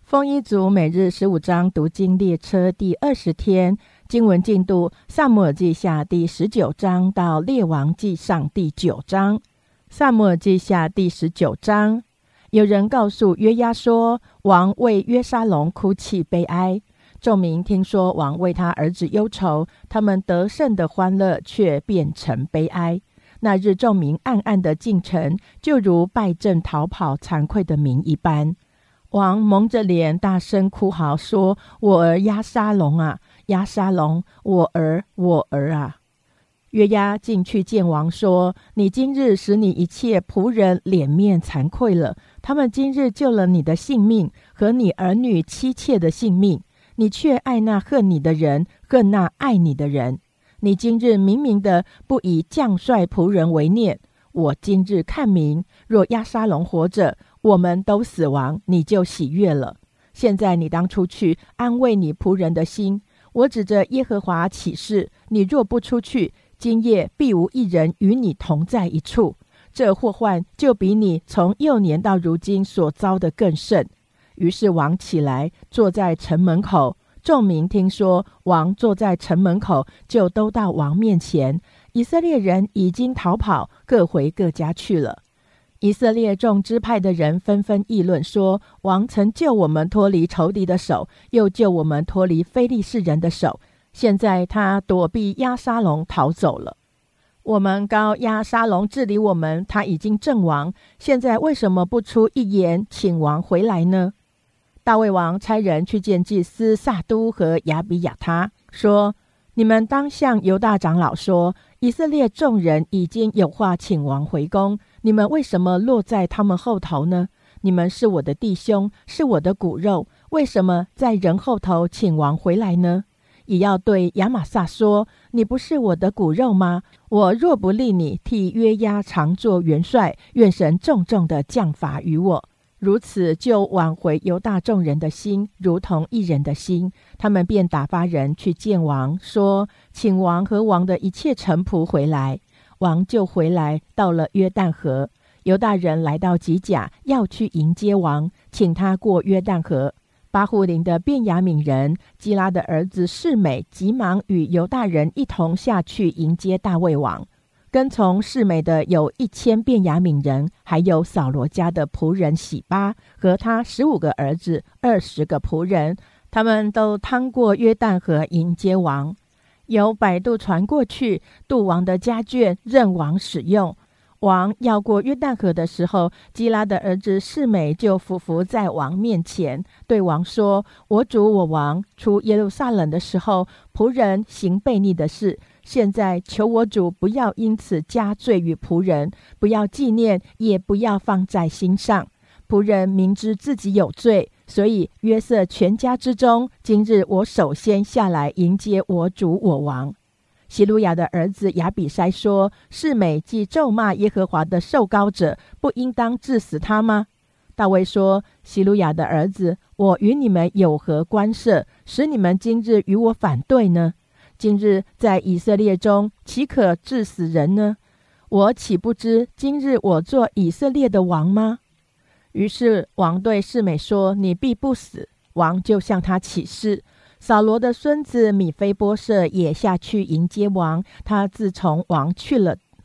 丰一族每日15章读经列车第20天，经文进度撒母耳记下第19章到列王记上第9章。撒母耳记下第19章，有人告诉约押说，王为约沙龙哭泣悲哀。众民听说王为他儿子忧愁，他们得胜的欢乐却变成悲哀。那日众民暗暗的进城，就如败阵逃跑惭愧的民一般。王蒙着脸大声哭嚎说，我儿押沙龙啊，押沙龙，我儿，我儿啊。约押进去见王说，你今日使你一切仆人脸面惭愧了，他们今日救了你的性命和你儿女妻妾的性命，你却爱那恨你的人，恨那爱你的人。你今日明明的不以将帅仆人为念，我今日看明，若押沙龙活着，我们都死亡，你就喜悦了。现在你当出去安慰你仆人的心。我指着耶和华起誓，你若不出去，今夜必无一人与你同在一处。这祸患就比你从幼年到如今所遭的更甚。于是王起来，坐在城门口。众民听说王坐在城门口，就都到王面前。以色列人已经逃跑，各回各家去了。以色列众支派的人纷纷议论说，王曾救我们脱离仇敌的手，又救我们脱离非利士人的手，现在他躲避押沙龙逃走了。我们膏押沙龙治理我们，他已经阵亡，现在为什么不出一言请王回来呢？大卫王差人去见祭司撒都和亚比亚他，说，你们当向犹大长老说，以色列众人已经有话请王回宫，你们为什么落在他们后头呢？你们是我的弟兄，是我的骨肉，为什么在人后头请王回来呢？也要对亚玛撒说，你不是我的骨肉吗？我若不立你替约押常作元帅，愿神重重的降罚于我。如此就挽回犹大众人的心，如同一人的心。他们便打发人去见王，说，请王和王的一切臣仆回来。王就回来，到了约旦河。犹大人来到吉甲，要去迎接王，请他过约旦河。巴户琳的便雅悯人基拉的儿子示每急忙与犹大人一同下去迎接大卫王。跟从示每的有1000便雅悯人，还有扫罗家的仆人洗巴和他15个儿子20个仆人，他们都趟过约旦河迎接王。有摆渡船过去，渡王的家眷任王使用。王要过约旦河的时候，基拉的儿子示每就俯伏在王面前，对王说，我主我王出耶路撒冷的时候，仆人行悖逆的事，现在求我主不要因此加罪于仆人，不要纪念，也不要放在心上。仆人明知自己有罪，所以约瑟全家之中，今日我首先下来迎接我主我王。希鲁雅的儿子亚比筛说，示每既咒骂耶和华的受膏者，不应当治死他吗？大卫说，希鲁雅的儿子，我与你们有何关涉，使你们今日与我反对呢？今日在以色列中，岂可治死人呢？我岂不知今日我做以色列的王吗？于是王对示每说，你必不死。王就向他起誓。扫罗的孙子米非波设也下去迎接王，他自从王去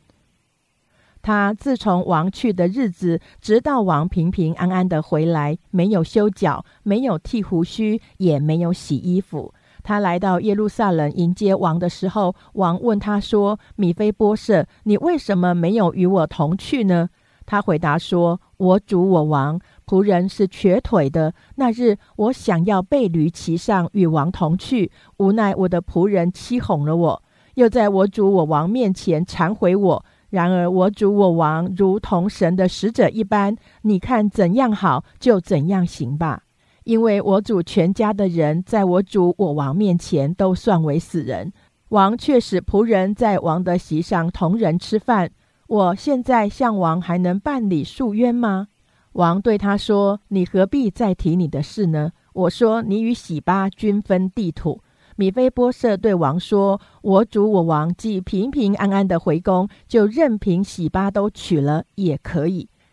的日子，直到王平平安安的回来，没有修脚，没有剃胡须，也没有洗衣服。他来到耶路撒冷迎接王的时候，王问他说，米非波设，你为什么没有与我同去呢？他回答说，我主我王，仆人是瘸腿的，那日我想要背驴骑上与王同去，无奈我的仆人欺哄了我，又在我主我王面前忏悔我。然而我主我王如同神的使者一般，你看怎样好就怎样行吧。因为我主全家的人在我主我王面前都算为死人，王却使仆人在王的席上同人吃饭。我现在向王还能办理诉冤吗？王对他说，你何必再提你的事呢？我说，你与洗巴均分地土。米非波设对王说，我主我王既平平安安的回宫，就任凭洗巴都娶了也可以。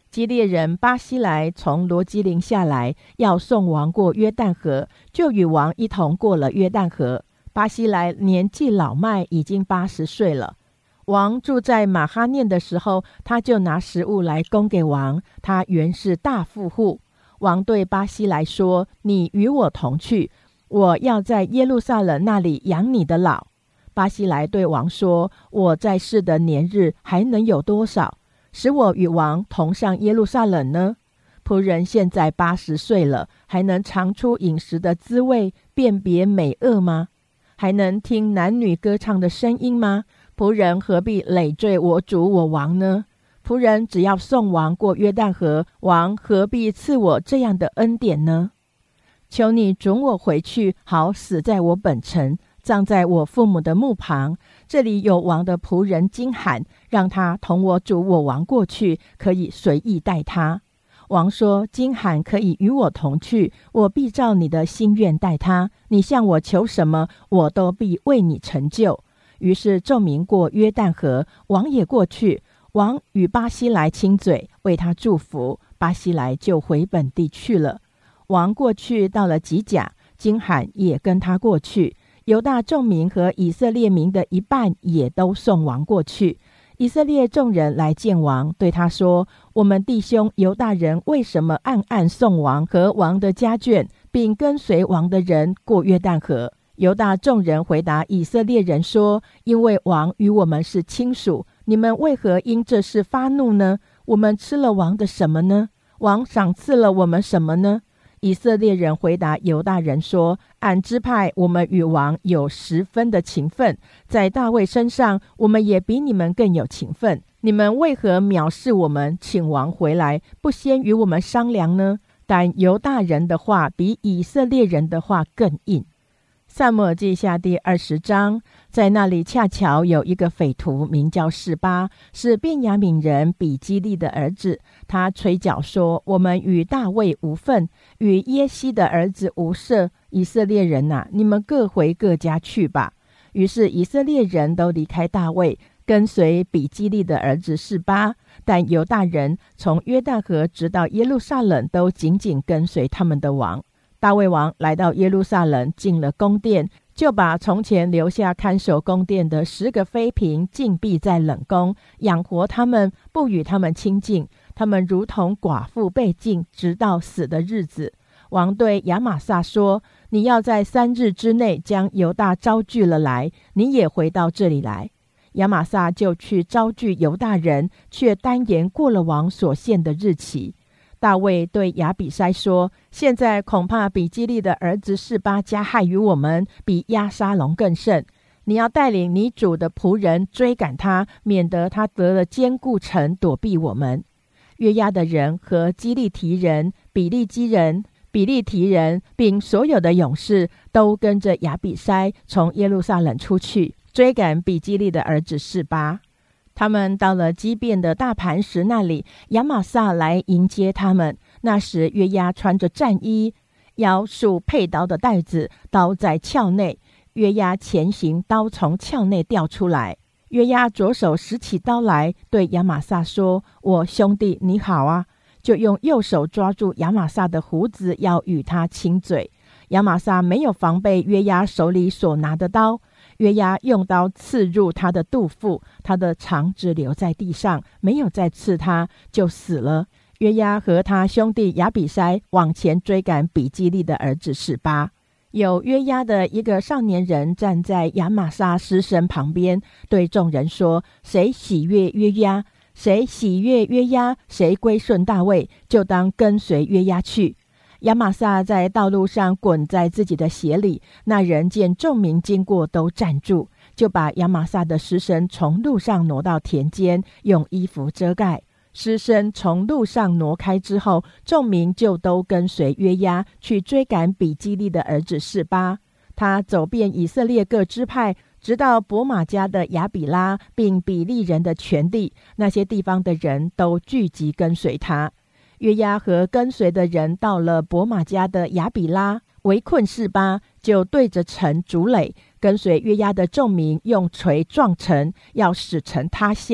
基列人巴西莱从罗基林下来，要送王过约旦河，就与王一同过了约旦河。巴西莱年纪老迈，已经80岁了。王住在马哈念的时候，他就拿食物来供给王，他原是大富户。王对巴西莱说：你与我同去，我要在耶路撒冷那里养你的老。巴西莱对王说：我在世的年日还能有多少，使我与王同上耶路撒冷呢？仆人现在80岁了，还能尝出饮食的滋味，辨别美恶吗？还能听男女歌唱的声音吗？仆人何必累赘我主我王呢？仆人只要送王过约旦河，王何必赐我这样的恩典呢？求你准我回去，好死在我本城，葬在我父母的墓旁。这里有王的仆人金罕，让他同我主我王过去，可以随意待他。王说：金罕可以与我同去，我必照你的心愿待他，你向我求什么，我都必为你成就。于是众民过约旦河，王也过去。王与巴西莱亲嘴，为他祝福，巴西莱就回本地去了。王过去到了吉甲，金罕也跟他过去。犹大众民和以色列民的一半也都送王过去。以色列众人来见王，对他说：我们弟兄犹大人为什么暗暗送王和王的家眷，并跟随王的人过约旦河？犹大众人回答以色列人说：因为王与我们是亲属，你们为何因这事发怒呢？我们吃了王的什么呢？王赏赐了我们什么呢？以色列人回答犹大人说：按支派我们与王有10分的情分，在大卫身上我们也比你们更有情分。你们为何藐视我们，请王回来，不先与我们商量呢？但犹大人的话比以色列人的话更硬。撒母耳记下第20章，在那里恰巧有一个匪徒，名叫示巴，是便雅悯人比基利的儿子。他吹角说：我们与大卫无份，与耶西的儿子无涉。以色列人啊，你们各回各家去吧。于是以色列人都离开大卫，跟随比基利的儿子示巴，但犹大人从约旦河直到耶路撒冷，都紧紧跟随他们的王。大卫王来到耶路撒冷，进了宫殿，就把从前留下看守宫殿的10个妃嫔禁闭在冷宫，养活他们，不与他们亲近，他们如同寡妇被禁，直到死的日子。王对亚玛撒说：你要在3日之内将犹大招聚了来，你也回到这里来。亚玛撒就去招聚犹大人，却单言过了王所限的日期。大卫对亚比筛说：现在恐怕比基利的儿子示巴加害于我们，比押沙龙更甚。你要带领你主的仆人追赶他，免得他得了坚固城，躲避我们。约押的人和基利提人、比利基人、比利提人，并所有的勇士，都跟着亚比筛从耶路撒冷出去，追赶比基利的儿子示巴。他们到了基遍的大磐石那里，亚玛撒来迎接他们。那时约押穿着战衣，腰束佩刀的带子，刀在鞘内。约押前行，刀从鞘内掉出来。约押左手拾起刀来，对亚玛撒说：我兄弟你好啊！就用右手抓住亚玛撒的胡子，要与他亲嘴。亚玛撒没有防备约押手里所拿的刀，约押用刀刺入他的肚腹，他的肠子留在地上，没有再刺他，就死了。约押和他兄弟亚比筛往前追赶比基利的儿子示巴。有约押的一个少年人站在亚玛撒尸身旁边，对众人说：谁喜悦约押，谁喜悦约押，谁归顺大卫，就当跟随约押去。亚玛撒在道路上滚在自己的鞋里，那人见众民经过，都站住，就把亚玛撒的尸身从路上挪到田间，用衣服遮盖。尸身从路上挪开之后，众民就都跟随约押去追赶比基利的儿子示巴。他走遍以色列各支派，直到伯玛家的亚比拉，并比利人的全地，那些地方的人都聚集跟随他。约押和跟随的人到了伯玛家的亚比拉，围困示巴，就对着城筑垒。跟随约押的众民用锤撞城，要使城塌陷。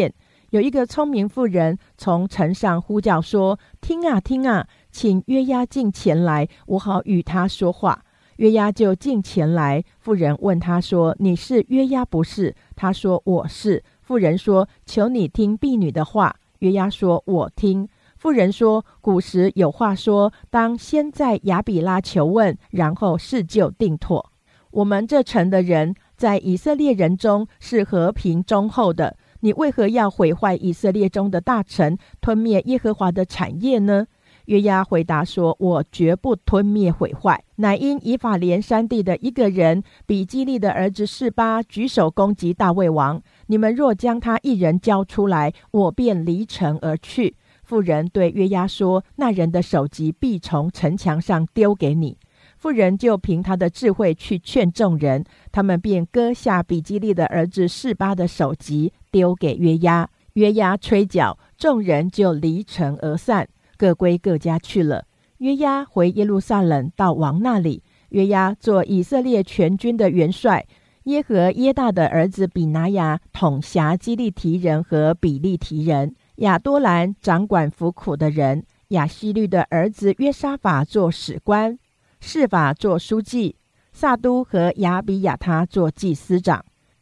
有一个聪明妇人从城上呼叫说：听啊听啊，请约押进前来，我好与他说话。约押就进前来，妇人问他说：你是约押不是？他说：我是。妇人说：求你听婢女的话。约押说：我听。妇人说：古时有话说，当先在亚比拉求问，然后事就定妥。我们这城的人在以色列人中是和平忠厚的，你为何要毁坏以色列中的大臣，吞灭耶和华的产业呢？约押回答说：我绝不吞灭毁坏，乃因以法莲山地的一个人比基利的儿子示巴举手攻击大卫王，你们若将他一人交出来，我便离城而去。妇人对约押说：那人的首级必从城墙上丢给你。妇人就凭他的智慧去劝众人，他们便割下比基利的儿子示巴的首级丢给约押。约押吹角，众人就离城而散，各归各家去了。约押回耶路撒冷到王那里，约押做以色列全军的元帅，耶和耶大的儿子比拿雅统辖基利提人和比利提人，亚多兰掌管服苦的人，亚希律的儿子约沙法做史官，示法做书记，撒都和亚比亚他做祭司长。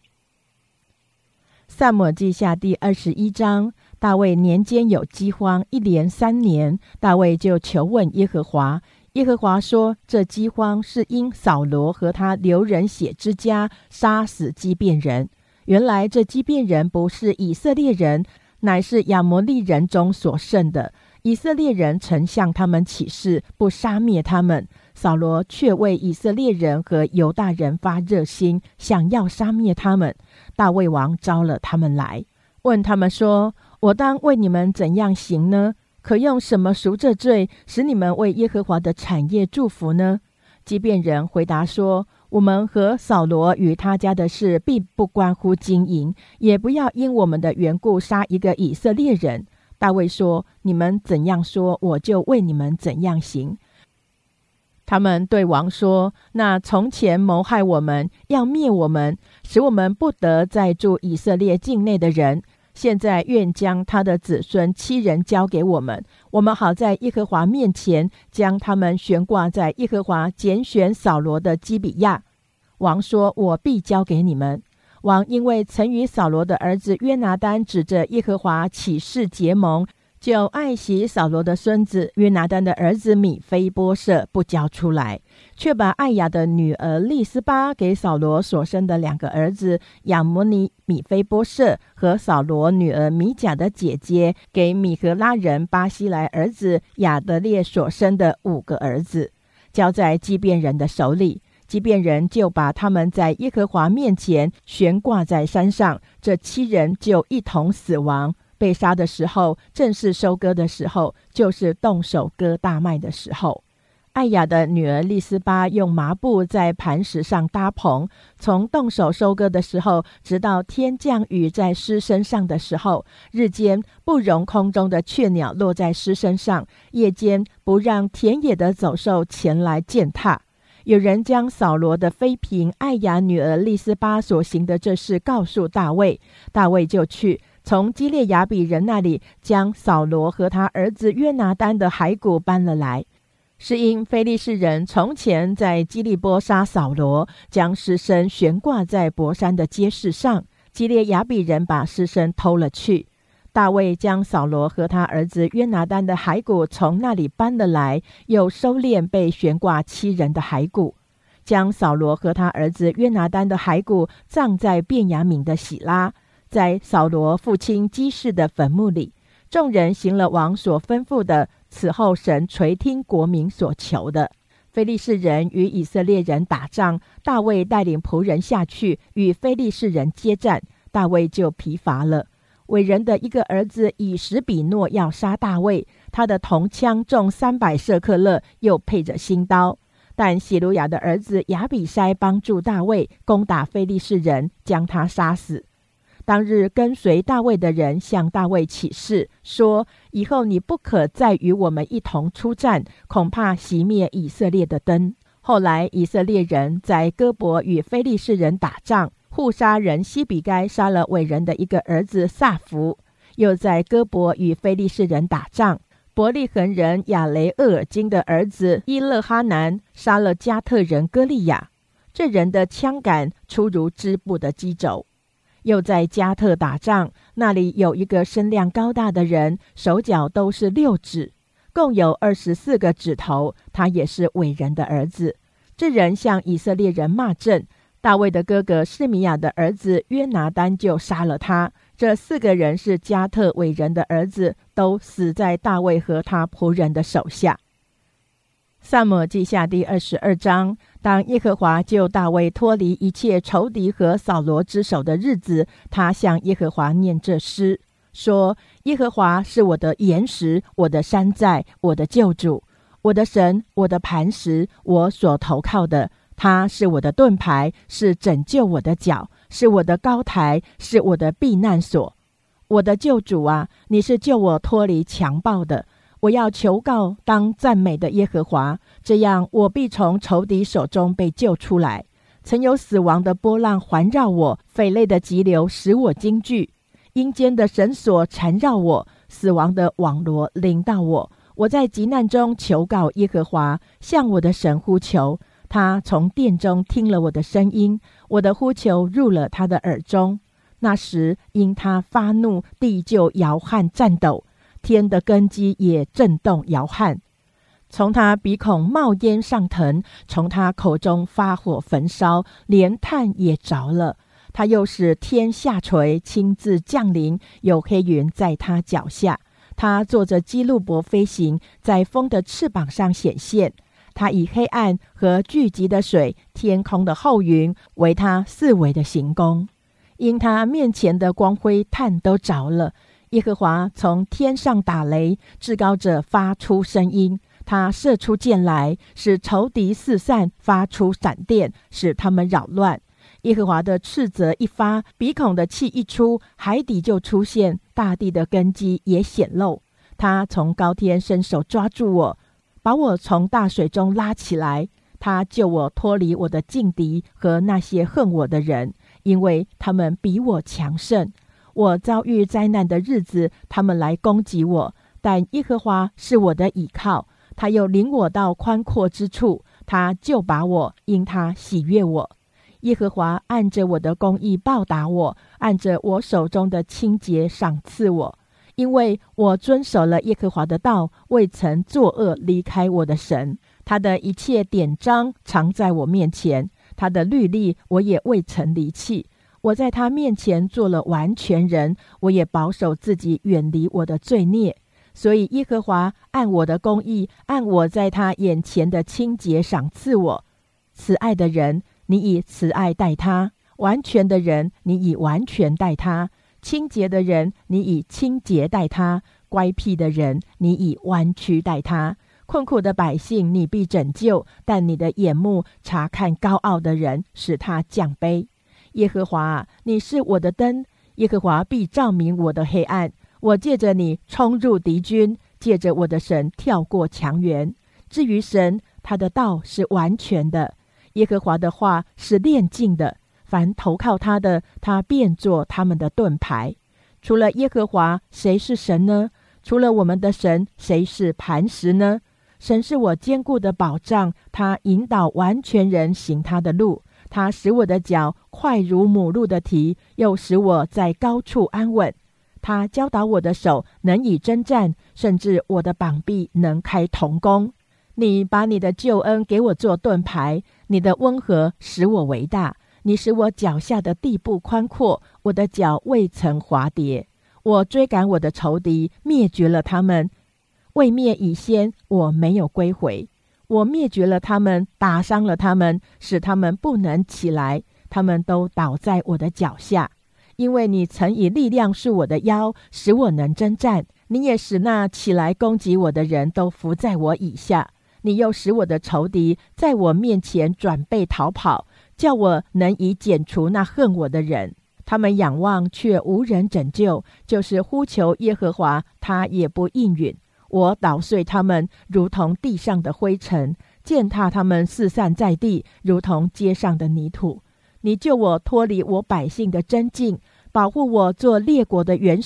撒母耳记下第21章，大卫年间有饥荒，一连3年，大卫就求问耶和华。耶和华说：这饥荒是因扫罗和他流人血之家杀死基遍人。原来这基遍人不是以色列人，乃是亚摩利人中所剩的。以色列人曾向他们起誓，不杀灭他们。扫罗却为以色列人和犹大人发热心，想要杀灭他们。大卫王招了他们来，问他们说：我当为你们怎样行呢？可用什么赎这罪，使你们为耶和华的产业祝福呢？基遍人回答说：我们和扫罗与他家的事并不关乎金银，也不要因我们的缘故杀一个以色列人。大卫说：你们怎样说，我就为你们怎样行。他们对王说：那从前谋害我们，要灭我们，使我们不得再住以色列境内的人，现在愿将他的子孙7人交给我们，我们好在耶和华面前将他们悬挂在耶和华拣选扫罗的基比亚。王说：我必交给你们。王因为曾与扫罗的儿子约拿单指着耶和华起誓结盟，就爱惜扫罗的孙子约拿单的儿子米非波设，不交出来，却把爱雅的女儿利斯巴给扫罗所生的2个儿子亚摩尼米非波设和扫罗女儿米甲的姐姐给米和拉人巴西来儿子亚德列所生的5个儿子，交在基遍人的手里。基遍人就把他们在耶和华面前悬挂在山上，这7人就一同死亡。被杀的时候，正是收割的时候，就是动手割大麦的时候。爱雅的女儿利斯巴用麻布在磐石上搭棚，从动手收割的时候，直到天降雨在尸身上的时候，日间不容空中的雀鸟落在尸身上，夜间不让田野的走兽前来践踏。有人将扫罗的妃嫔爱雅女儿利斯巴所行的这事告诉大卫，大卫就去从基列雅比人那里将扫罗和他儿子约拿单的骸骨搬了来。是因非利士人从前在基利波杀扫罗，将尸身悬挂在伯山的街市上，基列雅比人把尸身偷了去。大卫将扫罗和他儿子约拿单的骸骨从那里搬了来，又收敛被悬挂7人的骸骨，将扫罗和他儿子约拿单的骸骨葬在便雅悯的喜拉，在扫罗父亲基士的坟墓里。众人行了王所吩咐的，此后神垂听国民所求的。非利士人与以色列人打仗，大卫带领仆人下去与非利士人接战，大卫就疲乏了。伟人的一个儿子以实比诺要杀大卫，他的铜枪重300舍克勒，又配着新刀。但喜鲁雅的儿子亚比筛帮助大卫攻打非利士人，将他杀死。当日跟随大卫的人向大卫起誓说：以后你不可再与我们一同出战，恐怕熄灭以色列的灯。后来以色列人在哥伯与非利士人打仗，户杀人西比该杀了伟人的一个儿子萨弗。 又在哥伯与非利士人打仗。伯利恒人亚雷厄尔金的儿子伊勒哈南杀了加特人歌利亚，这人的枪杆粗如织布的机轴。又在加特打仗，那里有一个身量高大的人，手脚都是6指，共有24个指头，他也是伟人的儿子。这人向以色列人骂阵，大卫的哥哥示米亚的儿子约拿单就杀了他。这4个人是加特伟人的儿子，都死在大卫和他仆人的手下。撒母耳记下第22章，当耶和华救大卫脱离一切仇敌和扫罗之手的日子，他向耶和华念这诗，说：耶和华是我的岩石，我的山寨，我的救主，我的神，我的磐石，我所投靠的。他是我的盾牌，是拯救我的脚，是我的高台，是我的避难所。我的救主啊，你是救我脱离强暴的。我要求告当赞美的耶和华，这样我必从仇敌手中被救出来。曾有死亡的波浪环绕我，匪类的急流使我惊惧，阴间的绳索缠绕我，死亡的网罗临到我。我在急难中求告耶和华，向我的神呼求。他从殿中听了我的声音，我的呼求入了他的耳中。那时因他发怒，地就摇撼颤抖，天的根基也震动摇撼。从他鼻孔冒烟上腾，从他口中发火焚烧，连炭也着了。他又使天下垂，亲自降临，有黑云在他脚下。他坐着基路伯飞行，在风的翅膀上显现。他以黑暗和聚集的水，天空的厚云为他四围的行宫。因他面前的光辉炭都着了。耶和华从天上打雷，至高者发出声音，他射出箭来，使仇敌四散，发出闪电，使他们扰乱。耶和华的斥责一发，鼻孔的气一出，海底就出现，大地的根基也显露。他从高天伸手抓住我，把我从大水中拉起来。他救我脱离我的劲敌和那些恨我的人，因为他们比我强盛。我遭遇灾难的日子，他们来攻击我，但耶和华是我的倚靠，他又领我到宽阔之处，他救拔我，因他喜悦我。耶和华按着我的公义报答我，按着我手中的清洁赏赐我。因为我遵守了耶和华的道，未曾作恶离开我的神。他的一切典章常在我面前，他的律例我也未曾离弃。我在他面前做了完全人，我也保守自己远离我的罪孽。所以耶和华按我的公义，按我在他眼前的清洁赏赐我。慈爱的人，你以慈爱待他；完全的人，你以完全待他；清洁的人，你以清洁待他；乖僻的人，你以弯曲待他。困苦的百姓你必拯救，但你的眼目察看高傲的人，使他降卑。耶和华啊，你是我的灯，耶和华必照明我的黑暗。我借着你冲入敌军，借着我的神跳过墙垣。至于神，他的道是完全的，耶和华的话是炼净的。凡投靠他的，他便做他们的盾牌。除了耶和华，谁是神呢？除了我们的神，谁是磐石呢？神是我坚固的保障，他引导完全人行他的路。他使我的脚快如母鹿的蹄，又使我在高处安稳。他教导我的手能以征战，甚至我的膀臂能开铜弓。你把你的救恩给我做盾牌，你的温和使我为大。你使我脚下的地步宽阔，我的脚未曾滑跌。我追赶我的仇敌，灭绝了他们。未灭以先，我没有归回。我灭绝了他们，打伤了他们，使他们不能起来，他们都倒在我的脚下。因为你曾以力量束我的腰，使我能征战。你也使那起来攻击我的人都伏在我以下。你又使我的仇敌在我面前转背逃跑，叫我能以剪除那恨我的人。他们仰望却无人拯救，就是呼求耶和华，他也不应允。我捣碎他们，如同地上的灰尘；践踏他们，四散在地，如同街上的泥土。你救我脱离我百姓的争竞，保护我做列国的元首。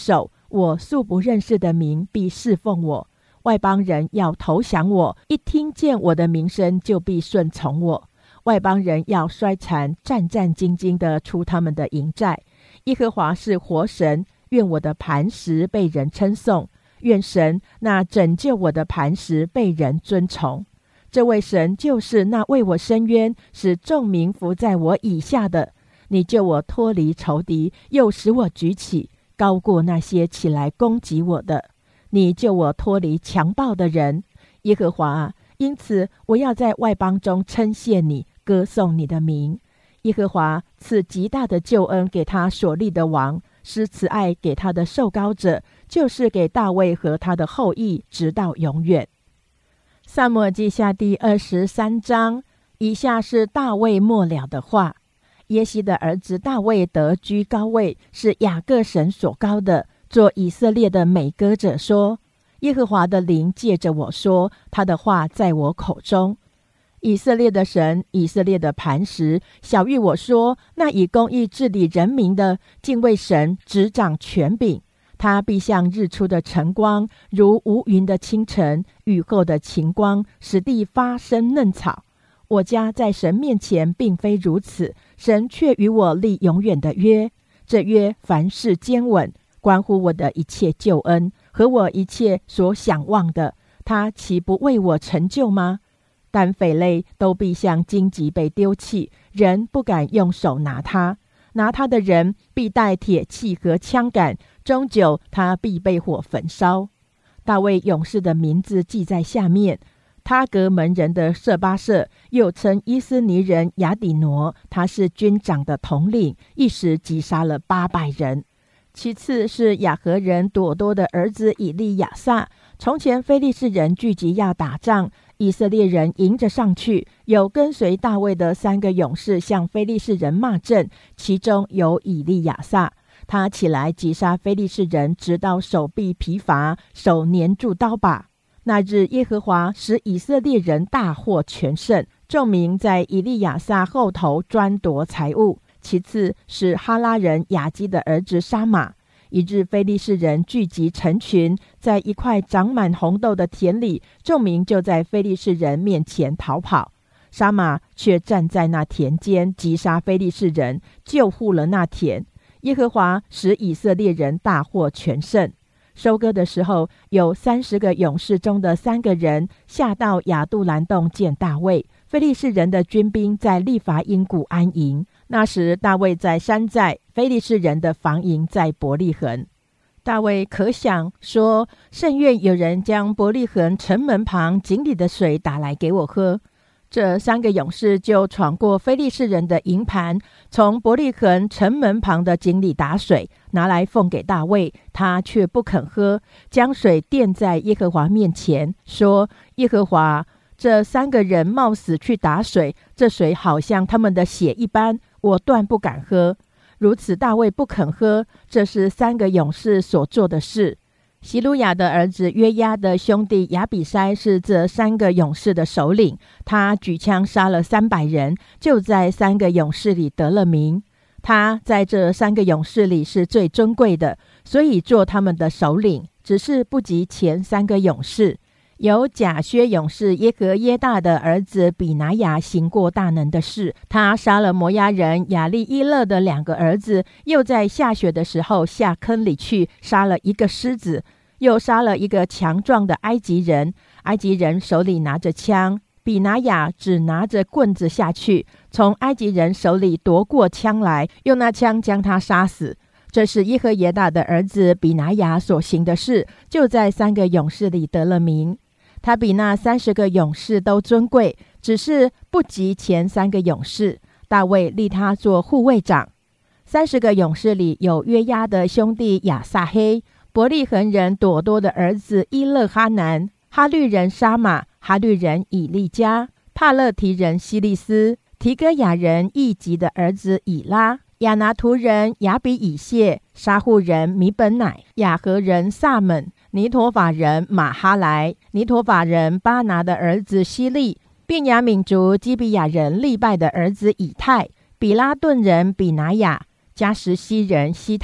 我素不认识的民必侍奉我，外邦人要投降我，一听见我的名声就必顺从我。外邦人要衰残，战战兢兢地出他们的营寨。耶和华是活神，愿我的磐石被人称颂，愿神那拯救我的磐石被人尊崇。这位神就是那为我伸冤，使众民服在我以下的。你救我脱离仇敌，又使我举起，高过那些起来攻击我的。你救我脱离强暴的人，耶和华啊，因此我要在外邦中称谢你，歌颂你的名。耶和华赐极大的救恩给他所立的王，施慈爱给他的受膏者，就是给大卫和他的后裔，直到永远。撒母耳记下第23章，以下是大卫末了的话。耶西的儿子大卫得居高位，是雅各神所膏的，做以色列的美歌者说：耶和华的灵借着我说，他的话在我口中。以色列的神，以色列的磐石，晓谕我说，那以公义治理人民的，敬畏神，执掌权柄。他必像日出的晨光，如无云的清晨，雨后的晴光，使地发生嫩草。我家在神面前并非如此，神却与我立永远的约。这约凡事坚稳，关乎我的一切救恩和我一切所想望的，他岂不为我成就吗？但匪类都必像荆棘被丢弃，人不敢用手拿它。拿他的人必带铁器和枪杆，终究他必被火焚烧。大卫勇士的名字记在下面：他革门人的舍巴设，又称伊斯尼人亚底挪，他是军长的统领，一时击杀了800人。其次是亚何人朵多的儿子以利亚撒。从前非利士人聚集要打仗，以色列人迎着上去，有跟随大卫的3个勇士向非利士人骂阵，其中有以利亚撒。他起来击杀非利士人，直到手臂疲乏，手粘住刀把。那日耶和华使以色列人大获全胜，众民在以利亚撒后头专夺财物。其次是哈拉人亚基的儿子沙马。一日非利士人聚集成群，在一块长满红豆的田里，众民就在非利士人面前逃跑。沙马却站在那田间，击杀非利士人，救护了那田。耶和华使以色列人大获全胜。收割的时候，有30个勇士中的3个人下到亚杜兰洞见大卫。非利士人的军兵在利乏音谷安营。那时大卫在山寨，非利士人的防营在伯利恒。大卫可想说，甚愿有人将伯利恒城门旁井里的水打来给我喝。这3个勇士就闯过非利士人的营盘，从伯利恒城门旁的井里打水，拿来奉给大卫，他却不肯喝，将水奠在耶和华面前，说：耶和华，这3个人冒死去打水，这水好像他们的血一般，我断不敢喝。如此大卫不肯喝，这是3个勇士所做的事。希鲁雅的儿子约押的兄弟亚比筛是这3个勇士的首领，他举枪杀了300人，就在3个勇士里得了名。他在这3个勇士里是最尊贵的，所以做他们的首领，只是不及前3个勇士。有甲薛勇士耶和耶大的儿子比拿雅行过大能的事，他杀了摩押人亚利伊勒的2个儿子，又在下雪的时候下坑里去杀了1个狮子，又杀了一个强壮的埃及人，埃及人手里拿着枪，比拿雅只拿着棍子下去，从埃及人手里夺过枪来，用那枪将他杀死。这是耶和耶大的儿子比拿雅所行的事，就在3个勇士里得了名。他比那30个勇士都尊贵，只是不及前3个勇士。大卫立他做护卫长。30个勇士里有约押的兄弟亚撒黑，伯利恒人朵多的儿子伊勒哈南，哈律人沙马，哈律人以利加，帕勒提人希利斯，提哥亚人易吉的儿子以拉，亚拿图人亚比以谢，沙户人米本乃，亚何人撒门，尼陀法人马哈莱，尼陀法人巴拿的儿子希利，便雅悯族基比亚人利拜的儿子以太，比拉顿人比拿雅，加什西人西泰，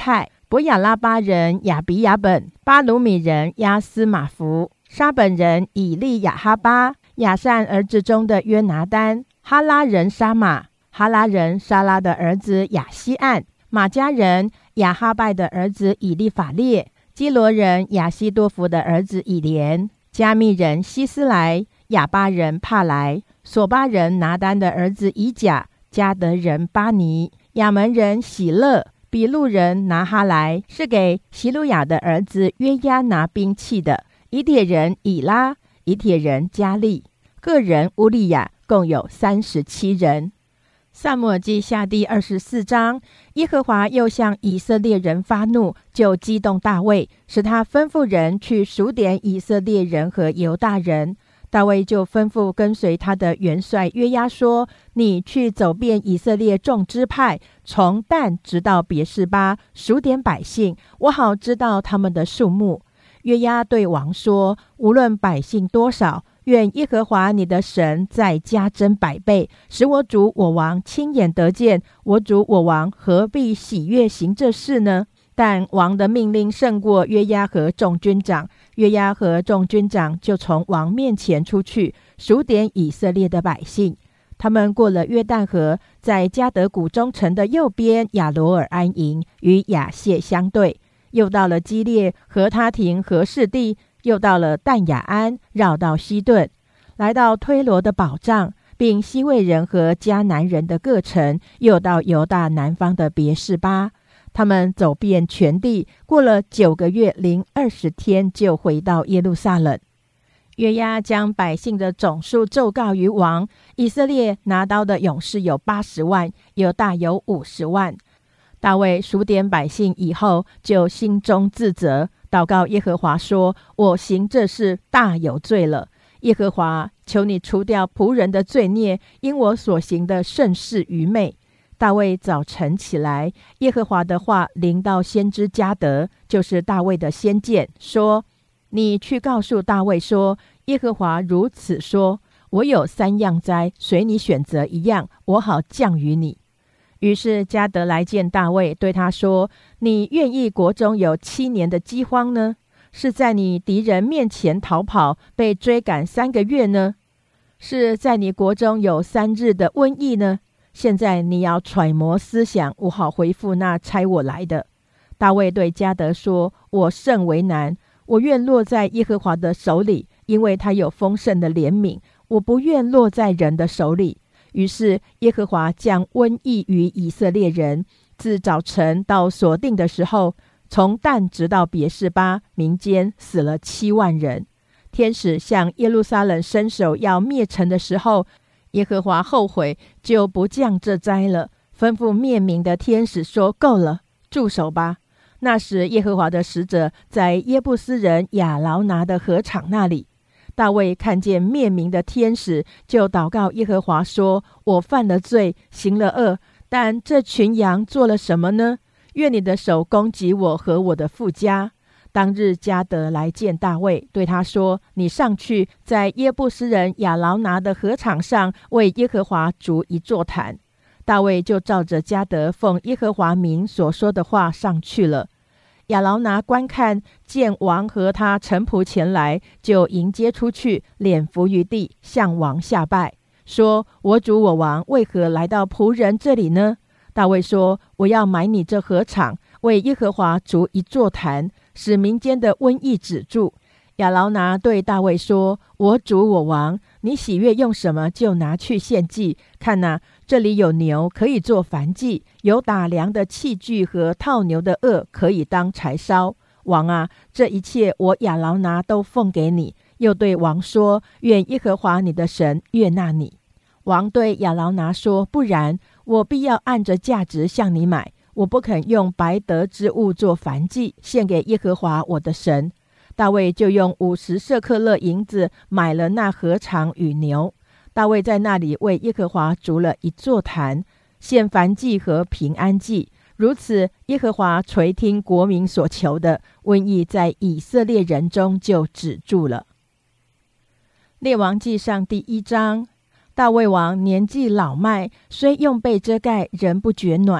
伯亚拉巴人亚比亚本，巴鲁米人亚斯马弗，沙本人以利亚哈巴，亚善儿子中的约拿丹，哈拉人沙马，哈拉人沙拉的儿子亚西岸，马加人亚哈拜的儿子以利法列，基罗人亚西多弗的儿子以连，加密人希斯莱，亚巴人帕莱，索巴人拿丹的儿子以甲，加德人巴尼，亚门人喜乐，比路人拿哈莱，是给希路亚的儿子约押拿兵器的，以铁人以拉，以铁人加利，个人乌利亚，共有37人。撒母耳记下第24章，耶和华又向以色列人发怒，就激动大卫，使他吩咐人去数点以色列人和犹大人。大卫就吩咐跟随他的元帅约押说：你去走遍以色列众支派，从但直到别是巴，数点百姓，我好知道他们的数目。约押对王说：无论百姓多少，愿耶和华你的神再加增100倍，使我主我王亲眼得见。我主我王何必喜悦行这事呢？但王的命令胜过约押和众军长，约押和众军长就从王面前出去，数点以色列的百姓。他们过了约旦河，在迦得谷中城的右边亚罗尔安营，与亚谢相对，又到了基列和他廷和士地，又到了但雅安，绕到西顿，来到推罗的保障，并西魏人和迦南人的各城，又到犹大南方的别是巴。他们走遍全地，过了9个月零20天，就回到耶路撒冷。约押将百姓的总数奏告于王。以色列拿刀的勇士有80万，犹大有50万。大卫数点百姓以后，就心中自责，祷告耶和华说：我行这事大有罪了。耶和华，求你除掉仆人的罪孽，因我所行的甚是愚昧。大卫早晨起来，耶和华的话临到先知迦得，就是大卫的先见，说：你去告诉大卫说，耶和华如此说，我有3样灾，随你选择一样，我好降于你。于是迦得来见大卫，对他说：你愿意国中有7年的饥荒呢？是在你敌人面前逃跑，被追赶3个月呢？是在你国中有3日的瘟疫呢？现在你要揣摩思想，我好回复那差我来的。大卫对迦得说：我甚为难，我愿落在耶和华的手里，因为他有丰盛的怜悯，我不愿落在人的手里。于是耶和华降瘟疫于以色列人，自早晨到所定的时候，从但直到别是巴，民间死了7万人。天使向耶路撒冷伸手要灭城的时候，耶和华后悔，就不降这灾了，吩咐灭民的天使说：够了，住手吧。那时耶和华的使者在耶布斯人亚劳拿的禾场那里，大卫看见灭民的天使，就祷告耶和华说：我犯了罪，行了恶，但这群羊做了什么呢？愿你的手攻击我和我的父家。当日迦得来见大卫，对他说：你上去，在耶布斯人亚劳拿的禾场上为耶和华筑一座坛。大卫就照着迦得奉耶和华名所说的话上去了。亚劳拿观看，见王和他臣仆前来，就迎接出去，脸伏于地，向王下拜，说：我主我王为何来到仆人这里呢？大卫说：我要买你这禾场，为耶和华筑一座坛，使民间的瘟疫止住。亚劳拿对大卫说：我主我王，你喜悦用什么就拿去献祭。看哪，这里有牛可以做燔祭，有打粮的器具和套牛的轭可以当柴烧。王啊，这一切我亚劳拿都奉给你。又对王说：愿耶和华你的神悦纳你。王对亚劳拿说：不然，我必要按着价值向你买，我不肯用白得之物做燔祭，献给耶和华我的神。大卫就用50舍客勒银子买了那禾场与牛。大卫在那里为耶和华筑了一座坛，献燔祭和平安祭。如此，耶和华垂听国民所求的，瘟疫在以色列人中就止住了。列王纪上第1章，大卫王年纪老迈，虽用被遮盖，仍不觉暖。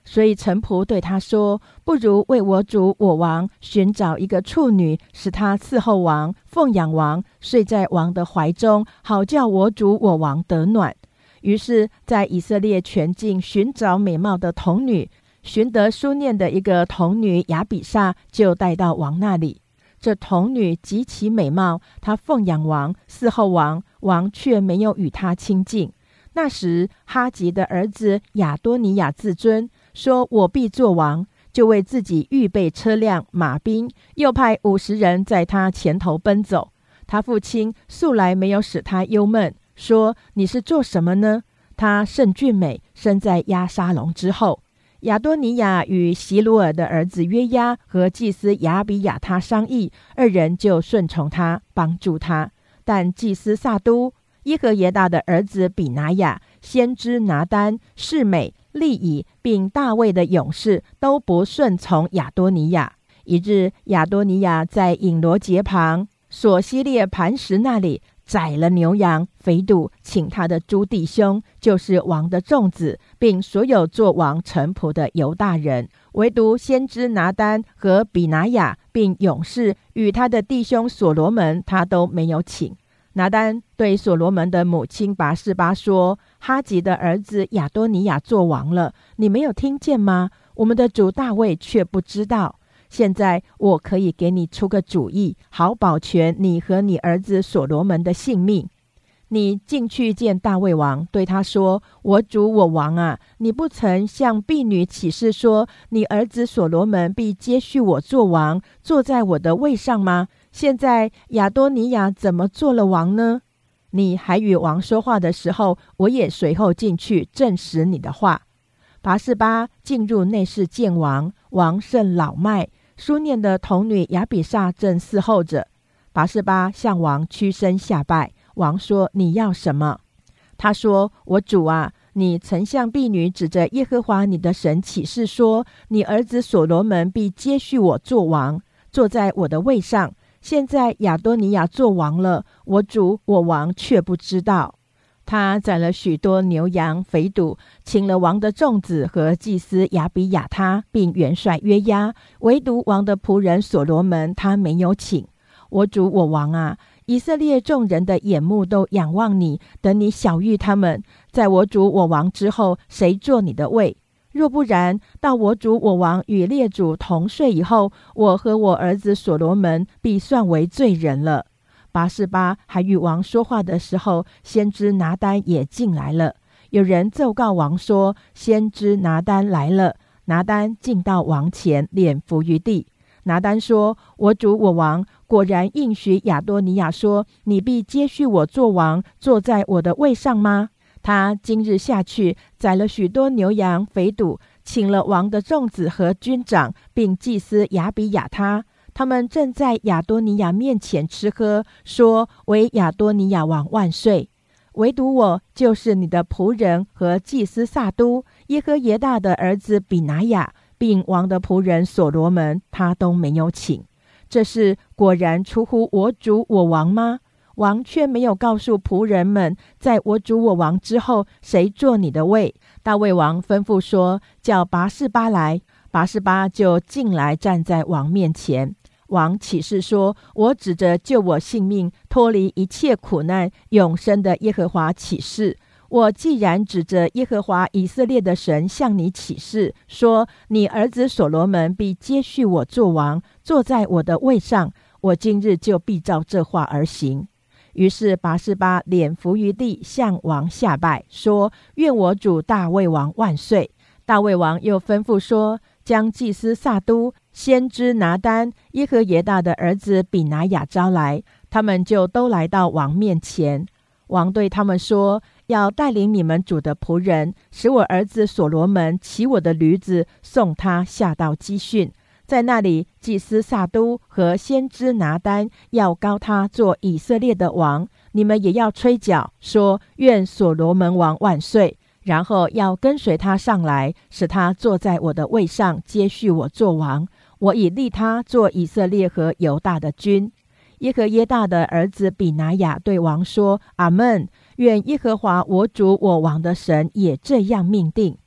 所以臣仆对他说，不如为我主我王寻找一个处女，使他伺候王，奉养王，睡在王的怀中，好叫我主我王得暖。于是在以色列全境寻找美貌的童女，寻得书念的一个童女亚比煞，就带到王那里。这童女极其美貌，她奉养王，伺候王，王却没有与她亲近。那时哈吉的儿子亚多尼亚自尊，说我必作王，就为自己预备车辆马兵，又派50人在他前头奔走。他父亲素来没有使他忧闷，说你是做什么呢？他甚俊美，生在押沙龙之后。亚多尼亚与席鲁尔的儿子约押和祭司亚比亚他商议，二人就顺从他，帮助他。但祭司撒都、耶和耶大的儿子比拿雅、先知拿单、示美、利以，并大卫的勇士都不顺从亚多尼亚。一日，亚多尼亚在隐罗节旁索希列磐石那里宰了牛羊肥肚，请他的诸弟兄，就是王的众子，并所有做王臣仆的犹大人，唯独先知拿单和比拿雅并勇士与他的弟兄所罗门，他都没有请。拿单对所罗门的母亲拔示巴说，哈吉的儿子亚多尼亚做王了，你没有听见吗？我们的主大卫却不知道。现在我可以给你出个主意，好保全你和你儿子所罗门的性命。你进去见大卫王，对他说，我主我王啊，你不曾向婢女起誓说，你儿子所罗门必接续我做王，坐在我的位上吗？现在亚多尼亚怎么做了王呢？你还与王说话的时候，我也随后进去证实你的话。拔示巴进入内室见王，王甚老迈，书念的童女亚比煞正伺候着。拔示巴向王屈身下拜。王说，你要什么？他说，我主啊，你曾向婢女指着耶和华你的神起誓说，你儿子所罗门必接续我做王，坐在我的位上。现在亚多尼亚做王了，我主我王却不知道。他宰了许多牛羊肥肚，请了王的众子和祭司亚比亚他，并元帅约押，唯独王的仆人所罗门他没有请。我主我王啊，以色列众人的眼目都仰望你，等你晓谕他们，在我主我王之后，谁做你的位？若不然，到我主我王与列祖同睡以后，我和我儿子所罗门必算为罪人了。拔示巴还与王说话的时候，先知拿单也进来了。有人奏告王说，先知拿单来了。拿单进到王前，脸伏于地。拿单说，我主我王果然应许亚多尼亚说，你必接续我做王，坐在我的位上吗？他今日下去宰了许多牛羊肥肚，请了王的众子和军长，并祭司亚比亚他，他们正在亚多尼亚面前吃喝，说，为亚多尼亚王万岁。唯独我，就是你的仆人和祭司撒都、耶和耶大的儿子比拿雅，并王的仆人所罗门，他都没有请。这事果然出乎我主我王吗？王却没有告诉仆人们，在我主我王之后，谁做你的位？大卫王吩咐说，叫拔示巴来。拔示巴就进来站在王面前。王起誓说，我指着救我性命、脱离一切苦难、永生的耶和华起誓，我既然指着耶和华以色列的神向你起誓，说你儿子所罗门必接续我做王，坐在我的位上，我今日就必照这话而行。于是拔示巴脸伏于地，向王下拜，说，愿我主大卫王万岁。大卫王又吩咐说，将祭司撒都、先知拿单、耶和耶大的儿子比拿雅招来，他们就都来到王面前。王对他们说，要带领你们主的仆人，使我儿子所罗门骑我的驴子，送他下到基训。在那里，祭司撒都和先知拿单要膏他做以色列的王，你们也要吹角，说，愿所罗门王万岁。然后要跟随他上来，使他坐在我的位上，接续我做王。我已立他做以色列和犹大的君。耶和耶大的儿子比拿雅对王说，阿们，愿耶和华我主我王的神也这样命定。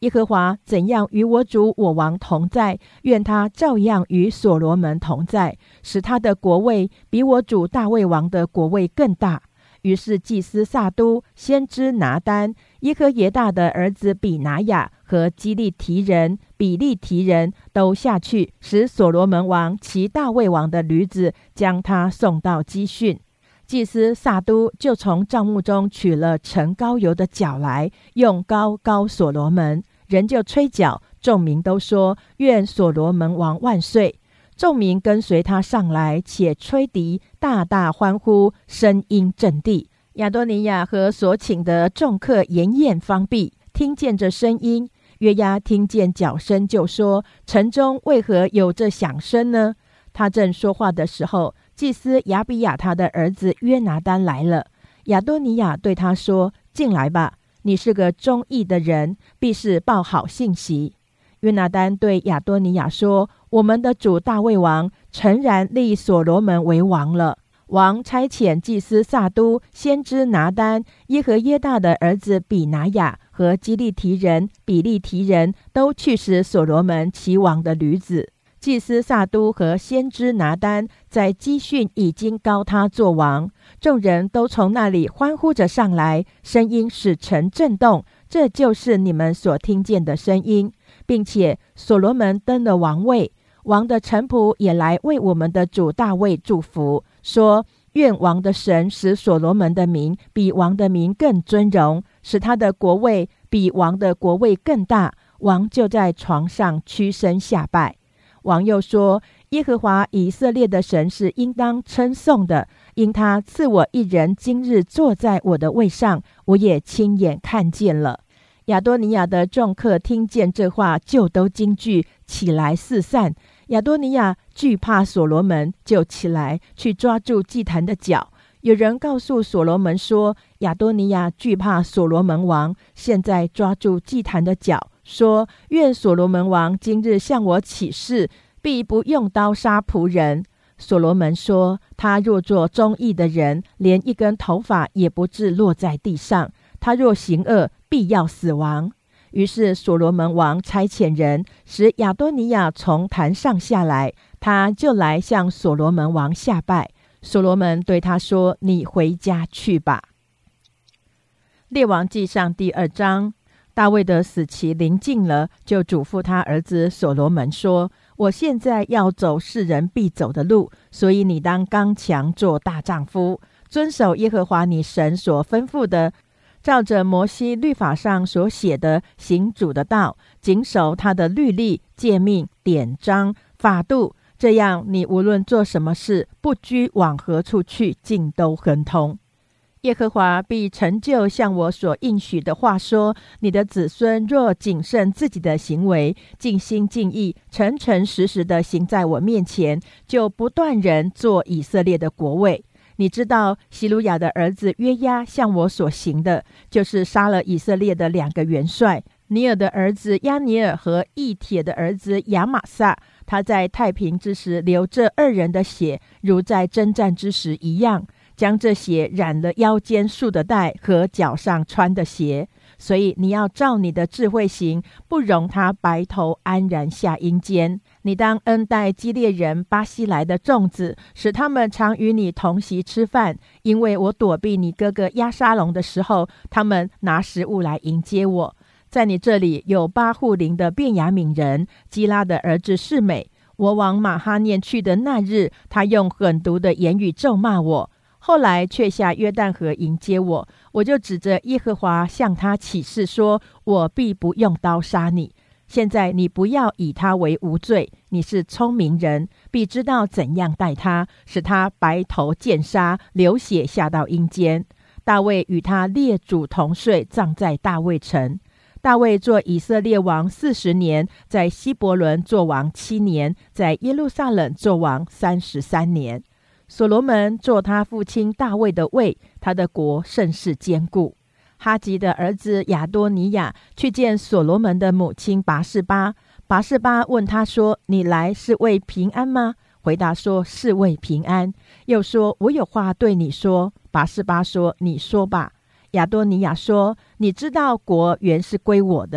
耶和华怎样与我主我王同在，愿他照样与所罗门同在，使他的国位比我主大卫王的国位更大。于是祭司撒都、先知拿单、耶和耶大的儿子比拿雅和基利提人、比利提人都下去，使所罗门王骑大卫王的驴子，将他送到基训。祭司撒都就从帐幕中取了盛膏油的角来，用膏膏所罗门，人就吹角，众民都说：愿所罗门王万岁！众民跟随他上来，且吹笛，大大欢呼，声音震地。亚多尼亚和所请的众客筵宴方毕，听见这声音，约押听见角声，就说：城中为何有这响声呢？他正说话的时候，祭司亚比亚他的儿子约拿单来了。亚多尼亚对他说：进来吧，你是个忠义的人，必是报好信息。约拿单对亚多尼亚说：我们的主大卫王诚然立所罗门为王了。王差遣祭司撒都、先知拿单、耶和耶大的儿子比拿雅和基利提人、比利提人都去使所罗门骑王的驴子。祭司撒都和先知拿单在基训已经膏他做王，众人都从那里欢呼着上来，声音使城震动，这就是你们所听见的声音。并且所罗门登了王位，王的臣仆也来为我们的主大卫祝福，说：愿王的神使所罗门的名比王的名更尊荣，使他的国位比王的国位更大。王就在床上屈身下拜。王又说：耶和华以色列的神是应当称颂的，因他赐我一人今日坐在我的位上，我也亲眼看见了。亚多尼亚的众客听见这话，就都惊惧，起来四散。亚多尼亚惧怕所罗门，就起来去抓住祭坛的脚。有人告诉所罗门说：亚多尼亚惧怕所罗门王，现在抓住祭坛的脚，说：愿所罗门王今日向我起誓，必不用刀杀仆人。所罗门说：他若做忠义的人，连一根头发也不致落在地上；他若行恶，必要死亡。于是所罗门王差遣人使亚多尼亚从坛上下来，他就来向所罗门王下拜。所罗门对他说：你回家去吧。列王纪上第2章。大卫的死期临近了，就嘱咐他儿子所罗门说：我现在要走世人必走的路，所以你当刚强做大丈夫，遵守耶和华你神所吩咐的，照着摩西律法上所写的行主的道，谨守他的律例、诫命、典章、法度，这样你无论做什么事，不拘往何处去，尽都亨通。耶和华必成就像我所应许的话说：你的子孙若谨慎自己的行为，尽心尽意、诚诚实实的行在我面前，就不断人做以色列的国位。你知道希鲁雅的儿子约押向我所行的，就是杀了以色列的2个元帅，尼尔的儿子亚尼尔和以铁的儿子亚玛撒。他在太平之时流这2人的血，如在征战之时一样，将这血染了腰间束的带和脚上穿的鞋。所以你要照你的智慧行，不容他白头安然下阴间。你当恩待基列人巴西来的众子，使他们常与你同席吃饭，因为我躲避你哥哥押沙龙的时候，他们拿食物来迎接我。在你这里有巴户林的便雅悯人基拉的儿子示每，我往马哈念去的那日，他用狠毒的言语咒骂我，后来却下约旦河迎接我，我就指着耶和华向他起誓说：我必不用刀杀你。现在你不要以他为无罪，你是聪明人，必知道怎样待他，使他白头见杀，流血下到阴间。大卫与他列祖同睡，葬在大卫城。大卫做以色列王40年，在希伯伦做王7年，在耶路撒冷做王33年。所罗门做他父亲大卫的位，他的国甚是坚固。哈吉的儿子亚多尼亚去见所罗门的母亲拔示巴，拔示巴问他说：你来是为平安吗？回答说：是为平安。又说：我有话对你说。拔示巴说：你说吧。亚多尼亚说：你知道国原是归我的，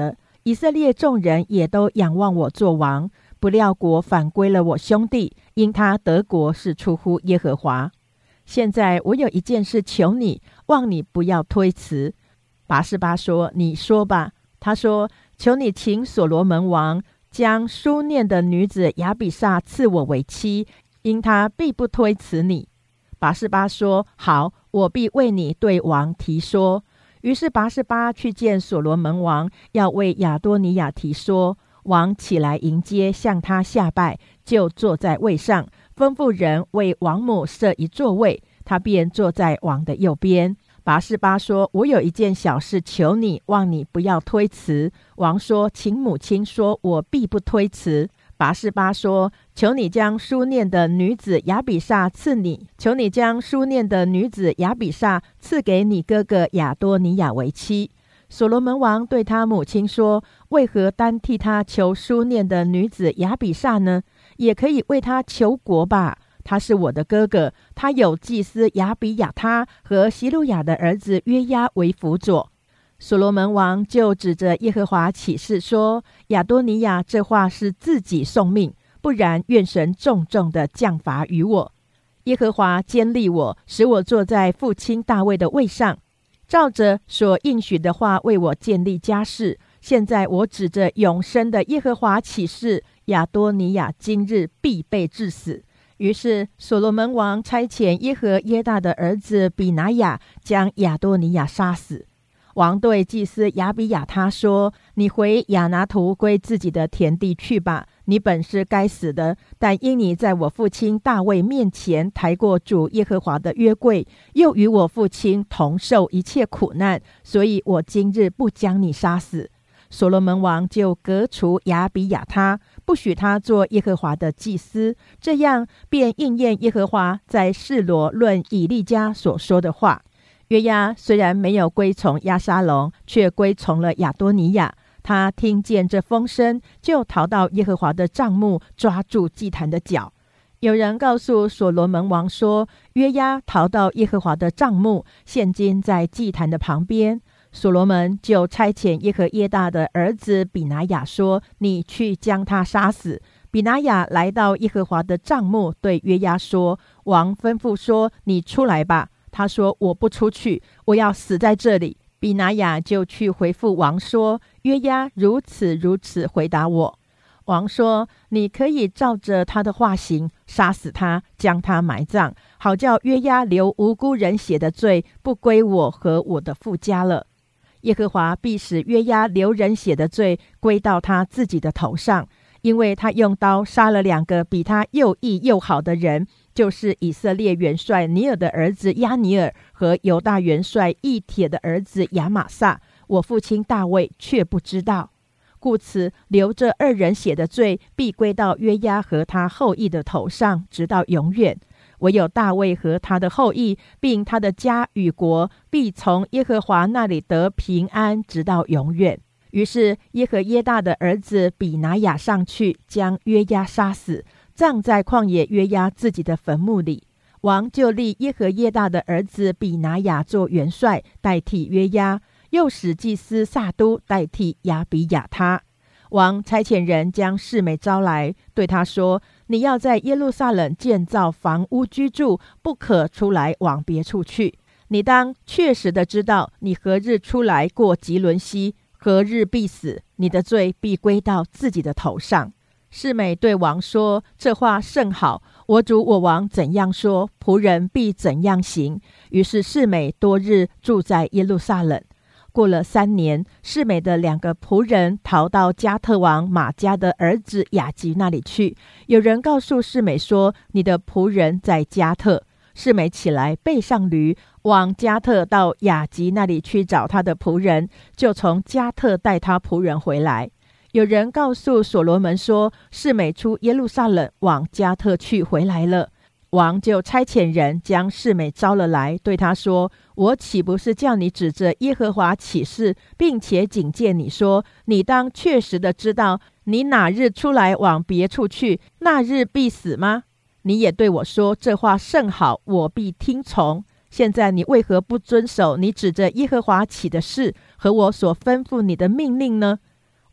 以色列众人也都仰望我做王，不料国反归了我兄弟，因他得国是出乎耶和华。现在我有一件事求你，望你不要推辞。拔示巴说：你说吧。他说：求你请所罗门王将书念的女子亚比煞赐我为妻，因他必不推辞你。拔示巴说：好，我必为你对王提说。于是拔示巴去见所罗门王，要为亚多尼亚提说。王起来迎接，向他下拜，就坐在位上，吩咐人为王母设一座位，他便坐在王的右边。拔示巴说：我有一件小事求你，望你不要推辞。王说：请母亲说，我必不推辞。拔示巴说：求你将书念的女子亚比煞赐你，求你将书念的女子亚比煞赐给你哥哥亚多尼亚为妻。所罗门王对他母亲说：为何单替他求书念的女子亚比煞呢？也可以为他求国吧，他是我的哥哥，他有祭司亚比亚他和希路亚的儿子约押为辅佐。所罗门王就指着耶和华起誓说：亚多尼亚这话是自己送命，不然愿神重重的降罚于我。耶和华坚立我，使我坐在父亲大卫的位上，照着所应许的话为我建立家室。现在我指着永生的耶和华起誓，亚多尼亚今日必被治死。于是所罗门王差遣耶和耶大的儿子比拿雅将亚多尼亚杀死。王对祭司亚比亚他说：你回亚拿图归自己的田地去吧，你本是该死的，但因你在我父亲大卫面前抬过主耶和华的约柜，又与我父亲同受一切苦难，所以我今日不将你杀死。所罗门王就革除亚比亚他，不许他做耶和华的祭司，这样便应验耶和华在示罗论以利家所说的话。约押虽然没有归从押沙龙，却归从了亚多尼亚。他听见这风声，就逃到耶和华的帐幕，抓住祭坛的脚。有人告诉所罗门王说，约押逃到耶和华的帐幕，现今在祭坛的旁边。所罗门就差遣耶和耶大的儿子比拿雅说：你去将他杀死。比拿雅来到耶和华的帐幕，对约押说：王吩咐说，你出来吧。他说：我不出去，我要死在这里。比拿雅就去回复王说：约押如此如此回答我。王说：你可以照着他的话行，杀死他，将他埋葬，好叫约押流无辜人血的罪不归我和我的父家了。耶和华必使约押流人血的罪归到他自己的头上，因为他用刀杀了2个比他又义又好的人，就是以色列元帅尼尔的儿子亚尼尔和犹大元帅以铁的儿子亚玛撒，我父亲大卫却不知道。故此流这2人血的罪必归到约押和他后裔的头上，直到永远。唯有大卫和他的后裔，并他的家与国，必从耶和华那里得平安，直到永远。于是耶和耶大的儿子比拿雅上去，将约押杀死，葬在旷野约押自己的坟墓里。王就立耶和耶大的儿子比拿雅做元帅，代替约押，又使祭司撒都代替亚比亚他。王差遣人将示每招来，对他说：你要在耶路撒冷建造房屋居住，不可出来往别处去。你当确实的知道，你何日出来过吉伦西，何日必死，你的罪必归到自己的头上。示每对王说：这话甚好，我主我王怎样说，仆人必怎样行。于是示每多日住在耶路撒冷。过了3年，示每的2个仆人逃到加特王马加的儿子雅吉那里去。有人告诉示每说：你的仆人在加特。示每起来，背上驴，往加特到雅吉那里去找他的仆人，就从加特带他仆人回来。有人告诉所罗门说：示每出耶路撒冷往加特去回来了。王就差遣人将示每招了来，对他说：我岂不是叫你指着耶和华起誓，并且警戒你说，你当确实的知道，你哪日出来往别处去，那日必死吗？你也对我说，这话甚好，我必听从。现在你为何不遵守你指着耶和华起的誓和我所吩咐你的命令呢？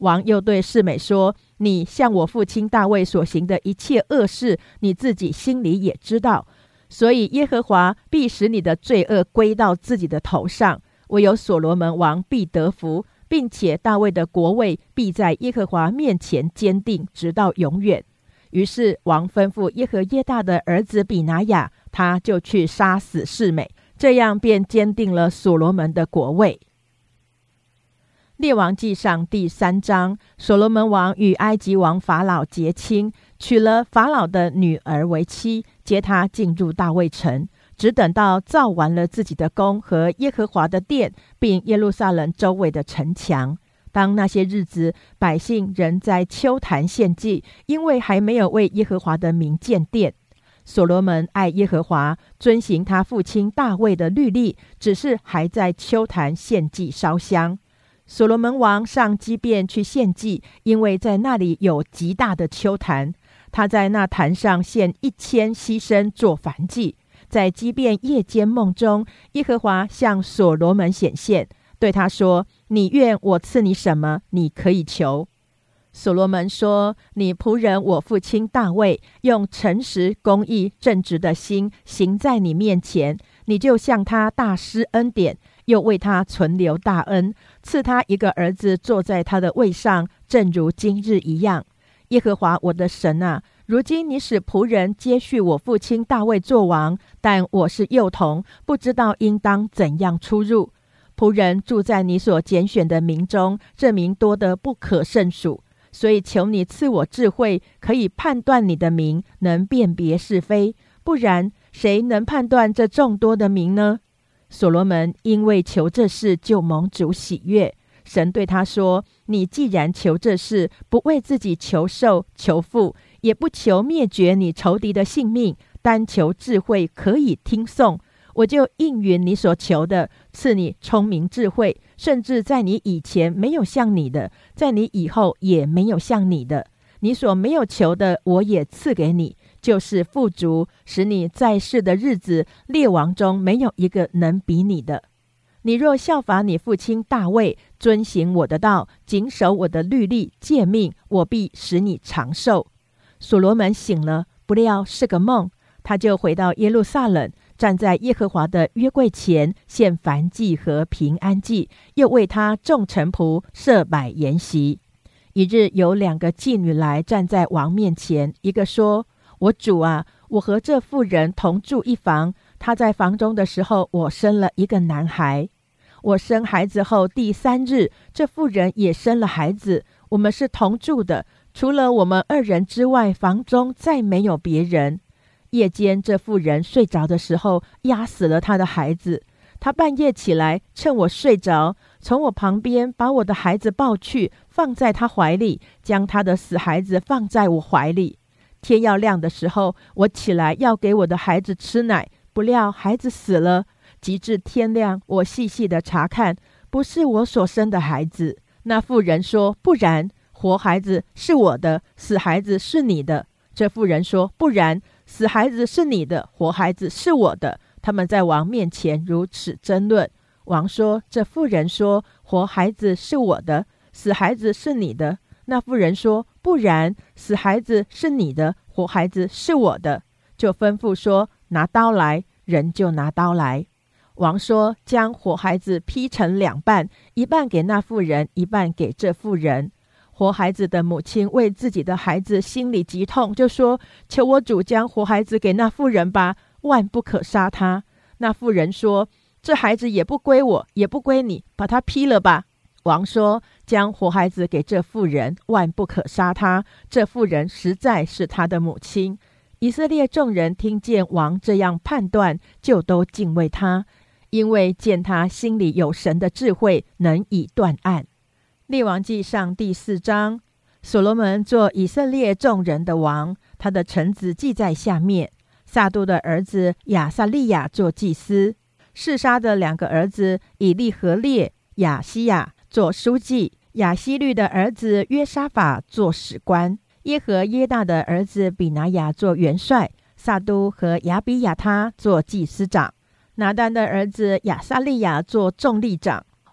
王又对示每说，你向我父亲大卫所行的一切恶事，你自己心里也知道，所以耶和华必使你的罪恶归到自己的头上，唯有所罗门王必得福，并且大卫的国位必在耶和华面前坚定，直到永远。于是王吩咐耶和耶大的儿子比拿雅，他就去杀死示每，这样便坚定了所罗门的国位。列王纪上第3章，所罗门王与埃及王法老结亲，娶了法老的女儿为妻，接他进入大卫城，只等到造完了自己的宫和耶和华的殿，并耶路撒冷周围的城墙。当那些日子，百姓仍在丘坛献祭，因为还没有为耶和华的名建殿。所罗门爱耶和华，遵行他父亲大卫的律例，只是还在丘坛献祭烧香。所罗门王上基遍去献祭，因为在那里有极大的丘坛，他在那坛上献1000牺牲做燔祭。在基遍夜间梦中，耶和华向所罗门显现，对他说，你愿我赐你什么，你可以求。所罗门说，你仆人我父亲大卫用诚实公义正直的心行在你面前，你就向他大施恩典，又为他存留大恩，赐他一个儿子坐在他的位上，正如今日一样。耶和华我的神啊，如今你使仆人接续我父亲大卫做王，但我是幼童，不知道应当怎样出入。仆人住在你所拣选的民中，这民多得不可胜数，所以求你赐我智慧，可以判断你的民，能辨别是非，不然谁能判断这众多的民呢？所罗门因为求这事，就蒙主喜悦。神对他说，你既然求这事，不为自己求寿求富，也不求灭绝你仇敌的性命，单求智慧可以听颂，我就应允你所求的，赐你聪明智慧，甚至在你以前没有像你的，在你以后也没有像你的。你所没有求的，我也赐给你，就是富足，使你在世的日子，列王中没有一个能比你的。你若效法你父亲大卫，遵行我的道，谨守我的律例诫命，我必使你长寿。所罗门醒了，不料是个梦，他就回到耶路撒冷，站在耶和华的约柜前，献燔祭和平安祭，又为他众臣仆设摆筵席。一日有2个妓女来站在王面前，一个说，我主啊，我和这妇人同住一房，她在房中的时候，我生了一个男孩。我生孩子后第3日，这妇人也生了孩子，我们是同住的，除了我们2人之外，房中再没有别人。夜间这妇人睡着的时候，压死了她的孩子。她半夜起来，趁我睡着，从我旁边把我的孩子抱去，放在她怀里，将她的死孩子放在我怀里。天要亮的时候，我起来要给我的孩子吃奶，不料孩子死了。及至天亮，我细细的查看，不是我所生的孩子。那妇人说，不然，活孩子是我的，死孩子是你的。这妇人说，不然，死孩子是你的，活孩子是我的。他们在王面前如此争论。王说，这妇人说，活孩子是我的，死孩子是你的。那妇人说，不然，死孩子是你的，活孩子是我的。就吩咐说，拿刀来，人就拿刀来。王说，将活孩子劈成2半，一半给那妇人，一半给这妇人。活孩子的母亲为自己的孩子心里极痛，就说，求我主将活孩子给那妇人吧，万不可杀他。那妇人说，这孩子也不归我，也不归你，把他劈了吧。王说，将活孩子给这妇人，万不可杀他，这妇人实在是他的母亲。以色列众人听见王这样判断，就都敬畏他，因为见他心里有神的智慧，能以断案。列王纪上第4章，所罗门做以色列众人的王，他的臣子记在下面。撒督的儿子亚撒利亚做祭司，示沙的2个儿子以利和列、亚西亚做书记，亚希律的儿子约沙法做史官，耶和耶大的儿子比拿雅做元帅，撒督和亚比亚他做祭司长，拿单的儿子亚撒利亚做众吏长。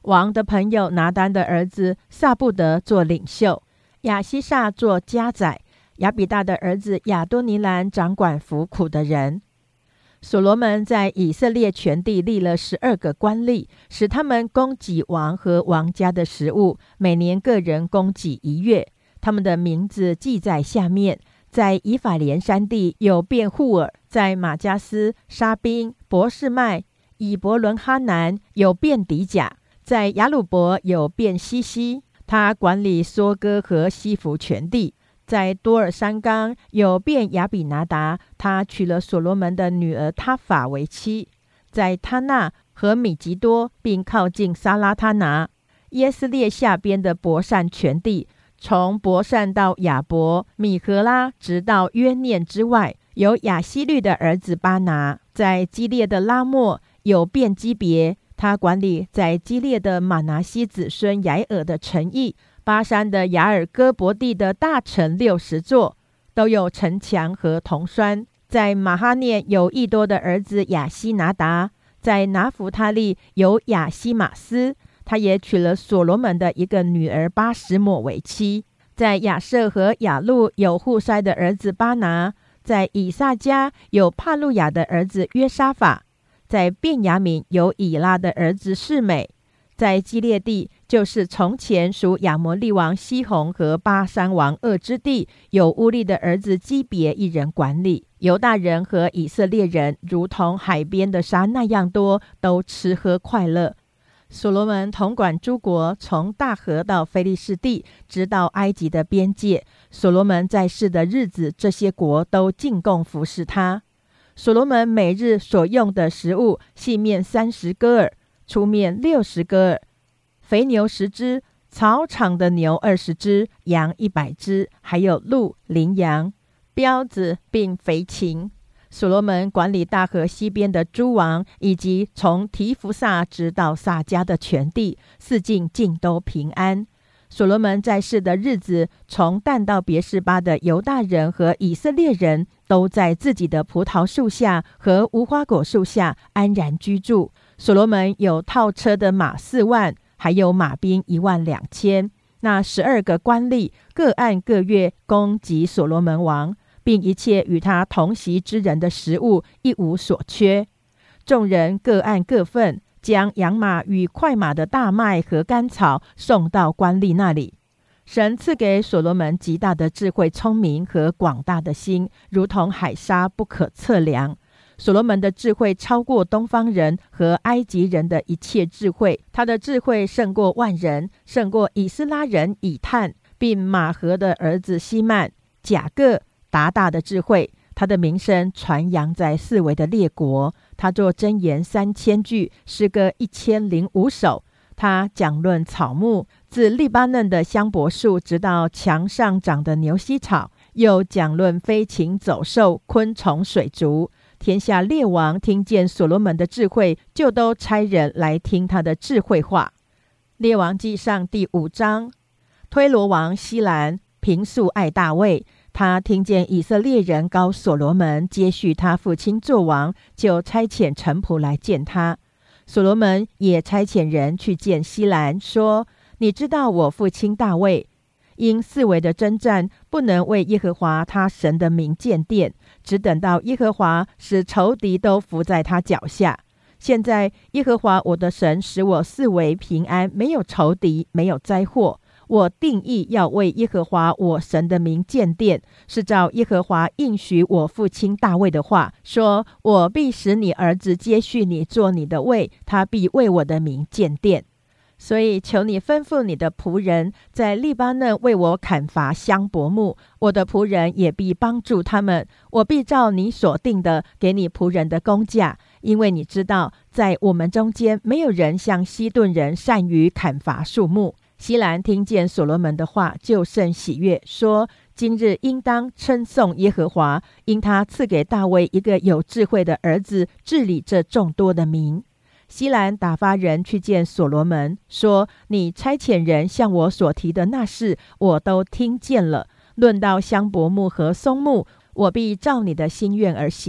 王的朋友拿单的儿子撒布德做领袖，亚西煞做家宰，亚比大的儿子亚多尼兰掌管服苦的人。所罗门在以色列全地立了12个官吏，使他们供给王和王家的食物，每年个人供给1月。他们的名字记在下面：在以法莲山地有便户尔，在马加斯、沙宾、伯示麦、以伯伦哈南有便底甲，在雅鲁伯有便西西，他管理梭哥和西弗全地。在多尔山冈有便亚比拿达，他娶了所罗门的女儿他法为妻。在他那和米吉多，并靠近撒拉他拿、耶斯列下边的伯善全地，从伯善到亚伯、米荷拉，直到约念之外，有亚希律的儿子巴拿。在基列的拉末有便基别，他管理在基列的马拿西子孙雅尔的城邑。巴山的雅尔戈伯地的大城60座，都有城墙和铜栓。在马哈念有益多的儿子亚西拿达，在拿弗他利有亚西马斯，他也娶了所罗门的一个女儿巴什抹为妻。在亚舍和亚路有户筛的儿子巴拿，在以萨家有帕路亚的儿子约沙法，在便雅悯有以拉的儿子示美。在基列地，就是从前属亚摩利王西宏和巴山王恶之地，有乌利的儿子基别一人管理。犹大人和以色列人如同海边的沙那样多，都吃喝快乐。所罗门统管诸国，从大河到非利士地，直到埃及的边界。所罗门在世的日子，这些国都进贡服侍他。所罗门每日所用的食物，细面30戈尔，粗面60戈尔，肥牛10只，草场的牛20只，羊100只，还有鹿、羚羊、彪子并肥禽。所罗门管理大河西边的诸王，以及从提弗萨直到撒迦的全地，四境尽都平安。所罗门在世的日子，从但到别是巴的犹大人和以色列人，都在自己的葡萄树下和无花果树下安然居住。所罗门有套车的马4万，还有马兵12000。那12个官吏各按各月供给所罗门王，并一切与他同席之人的食物一无所缺。众人各按各份，将养马与快马的大麦和甘草送到官吏那里。神赐给所罗门极大的智慧、聪明和广大的心，如同海沙不可测量。所罗门的智慧超过东方人和埃及人的一切智慧，他的智慧胜过万人，胜过以斯拉人以探，并马和的儿子西曼、甲各、达大的智慧。他的名声传扬在四围的列国。他作箴言3000句，诗歌1005首。他讲论草木，自利巴嫩的香柏树，直到墙上长的牛膝草，又讲论飞禽走兽、昆虫水族。天下列王听见所罗门的智慧，就都差人来听他的智慧话。列王记上第5章，推罗王西兰平素爱大卫，他听见以色列人膏所罗门接续他父亲做王，就差遣臣仆来见他。所罗门也差遣人去见西兰，说：你知道我父亲大卫因四围的征战，不能为耶和华他神的名建殿，只等到耶和华使仇敌都伏在他脚下。现在耶和华我的神使我四围平安，没有仇敌，没有灾祸。我定义要为耶和华我神的名建殿，是照耶和华应许我父亲大卫的话，说：我必使你儿子接续你做你的位，他必为我的名建殿。所以求你吩咐你的仆人在利巴嫩为我砍伐香柏木，我的仆人也必帮助他们，我必照你所定的给你仆人的工价，因为你知道在我们中间没有人像西顿人善于砍伐树木。西兰听见所罗门的话，就甚喜悦，说：今日应当称颂耶和华，因他赐给大卫一个有智慧的儿子，治理这众多的民。西兰打发人去见所罗门，说：你差遣人向我所提的那事，我都听见了。论到香柏木和松木，我必照你的心愿而行。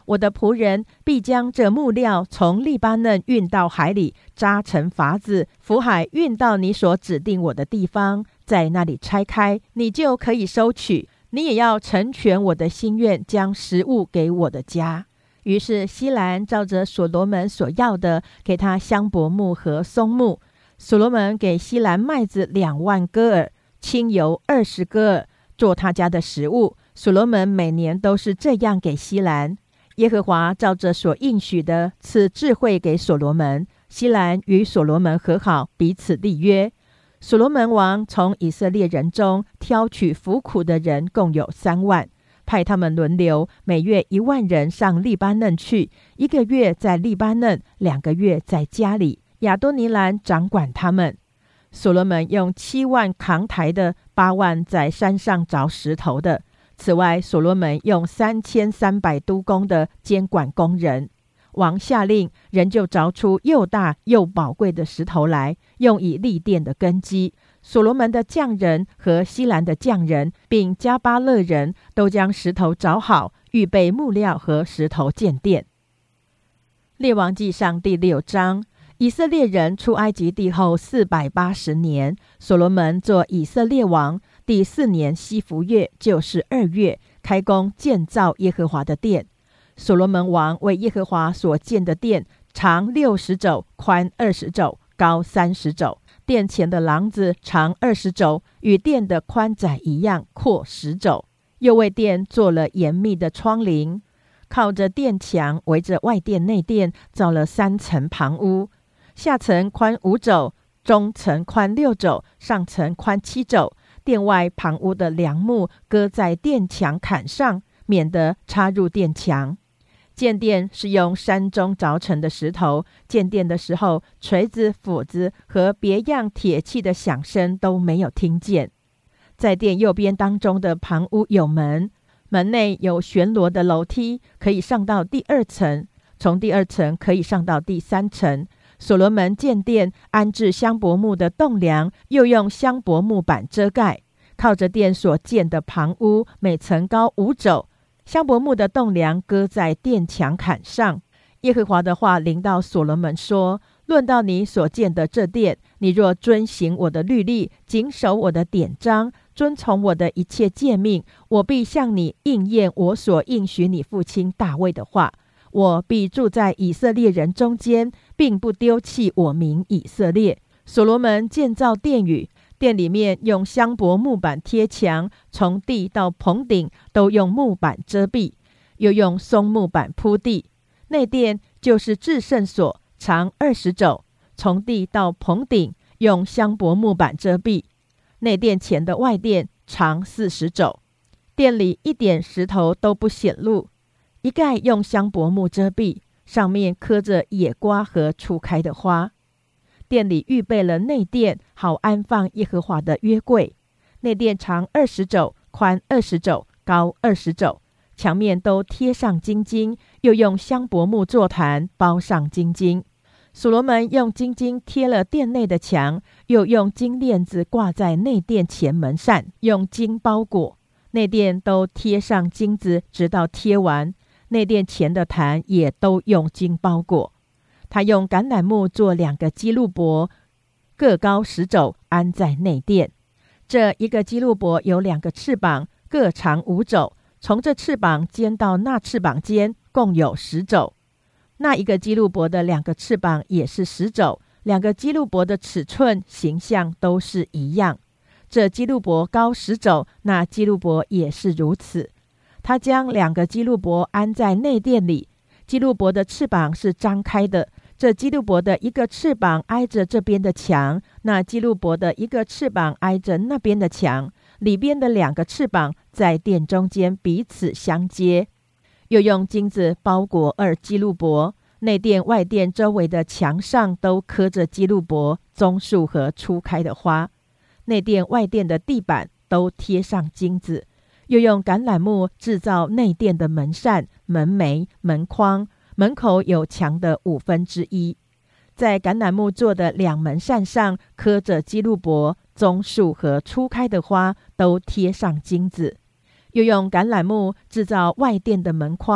我的仆人必将这木料从利巴嫩运到海里，扎成筏子，浮海运到你所指定我的地方，在那里拆开，你就可以收取。你也要成全我的心愿，将食物给我的家。于是希兰照着所罗门所要的，给他香柏木和松木。所罗门给希兰麦子2万戈尔，清油20戈尔，做他家的食物。所罗门每年都是这样给希兰。耶和华照着所应许的赐智慧给所罗门。希兰与所罗门和好，彼此立约。所罗门王从以色列人中挑取服苦的人共有3万，派他们轮流，每月1万人上利巴嫩去，1个月在利巴嫩，2个月在家里。亚多尼兰掌管他们。所罗门用7万扛抬的，8万在山上凿石头的。此外，所罗门用3300督工的监管工人。王下令，人就凿出又大又宝贵的石头来，用以立殿的根基。所罗门的匠人和希兰的匠人，并加巴勒人都将石头凿好，预备木料和石头建殿。列王纪上第6章。以色列人出埃及地后480年，所罗门做以色列王第4年西弗月，就是2月，开工建造耶和华的殿。所罗门王为耶和华所建的殿，长60肘，宽20肘，高30肘。殿前的廊子长20肘，与殿的宽窄一样，阔10肘。又为殿做了严密的窗棂，靠着殿墙围着外殿内殿造了3层旁屋。下层宽5肘，中层宽6肘，上层宽7肘。殿外旁屋的梁木搁在殿墙坎上，免得插入殿墙。建殿是用山中凿成的石头。建殿的时候，锤子、斧子和别样铁器的响声都没有听见。在殿右边当中的旁屋有门，门内有旋螺的楼梯，可以上到第2层，从第2层可以上到第3层。所罗门建殿，安置香柏木的栋梁，又用香柏木板遮盖。靠着殿所建的旁屋，每层高5肘，香柏木的栋梁搁在殿墙坎上。耶和华的话临到所罗门说：论到你所建的这殿，你若遵行我的律例，谨守我的典章，遵从我的一切诫命，我必向你应验我所应许你父亲大卫的话。我必住在以色列人中间，并不丢弃我名以色列。所罗门建造殿宇，殿里面用香柏木板贴墙，从地到棚顶都用木板遮蔽，又用松木板铺地。内殿就是至圣所，长20肘，从地到棚顶用香柏木板遮蔽。内殿前的外殿长40肘，殿里一点石头都不显露。一概用香柏木遮蔽，上面刻着野瓜和初开的花。殿里预备了内殿，好安放耶和华的约柜。内殿长20肘，宽20肘，高20肘，墙面都贴上金金，又用香柏木座坛包上金金。所罗门用金金贴了殿内的墙，又用金链子挂在内殿前门扇，用金包裹。内殿都贴上金子，直到贴完。内殿前的坛也都用金包裹。他用橄榄木做2个基路伯，各高10肘，安在内殿。这一个基路伯有2个翅膀，各长5肘，从这翅膀尖到那翅膀尖，共有10肘。那一个基路伯的2个翅膀也是10肘，2个基路伯的尺寸、形象都是一样。这基路伯高10肘，那基路伯也是如此。他将2个基路伯安在内殿里，基路伯的翅膀是张开的，这基路伯的一个翅膀挨着这边的墙，那基路伯的一个翅膀挨着那边的墙，里边的2个翅膀在殿中间彼此相接。又用金子包裹2基路伯，内殿外殿周围的墙上都刻着基路伯、棕树和初开的花。内殿外殿的地板都贴上金子。又用橄榄木制造内殿的门扇、门楣、门框，门口有墙的1/5。在橄榄木做的2门扇上刻着基路伯、棕树和初开的花，都贴上金子。又用橄榄木制造外殿的门框，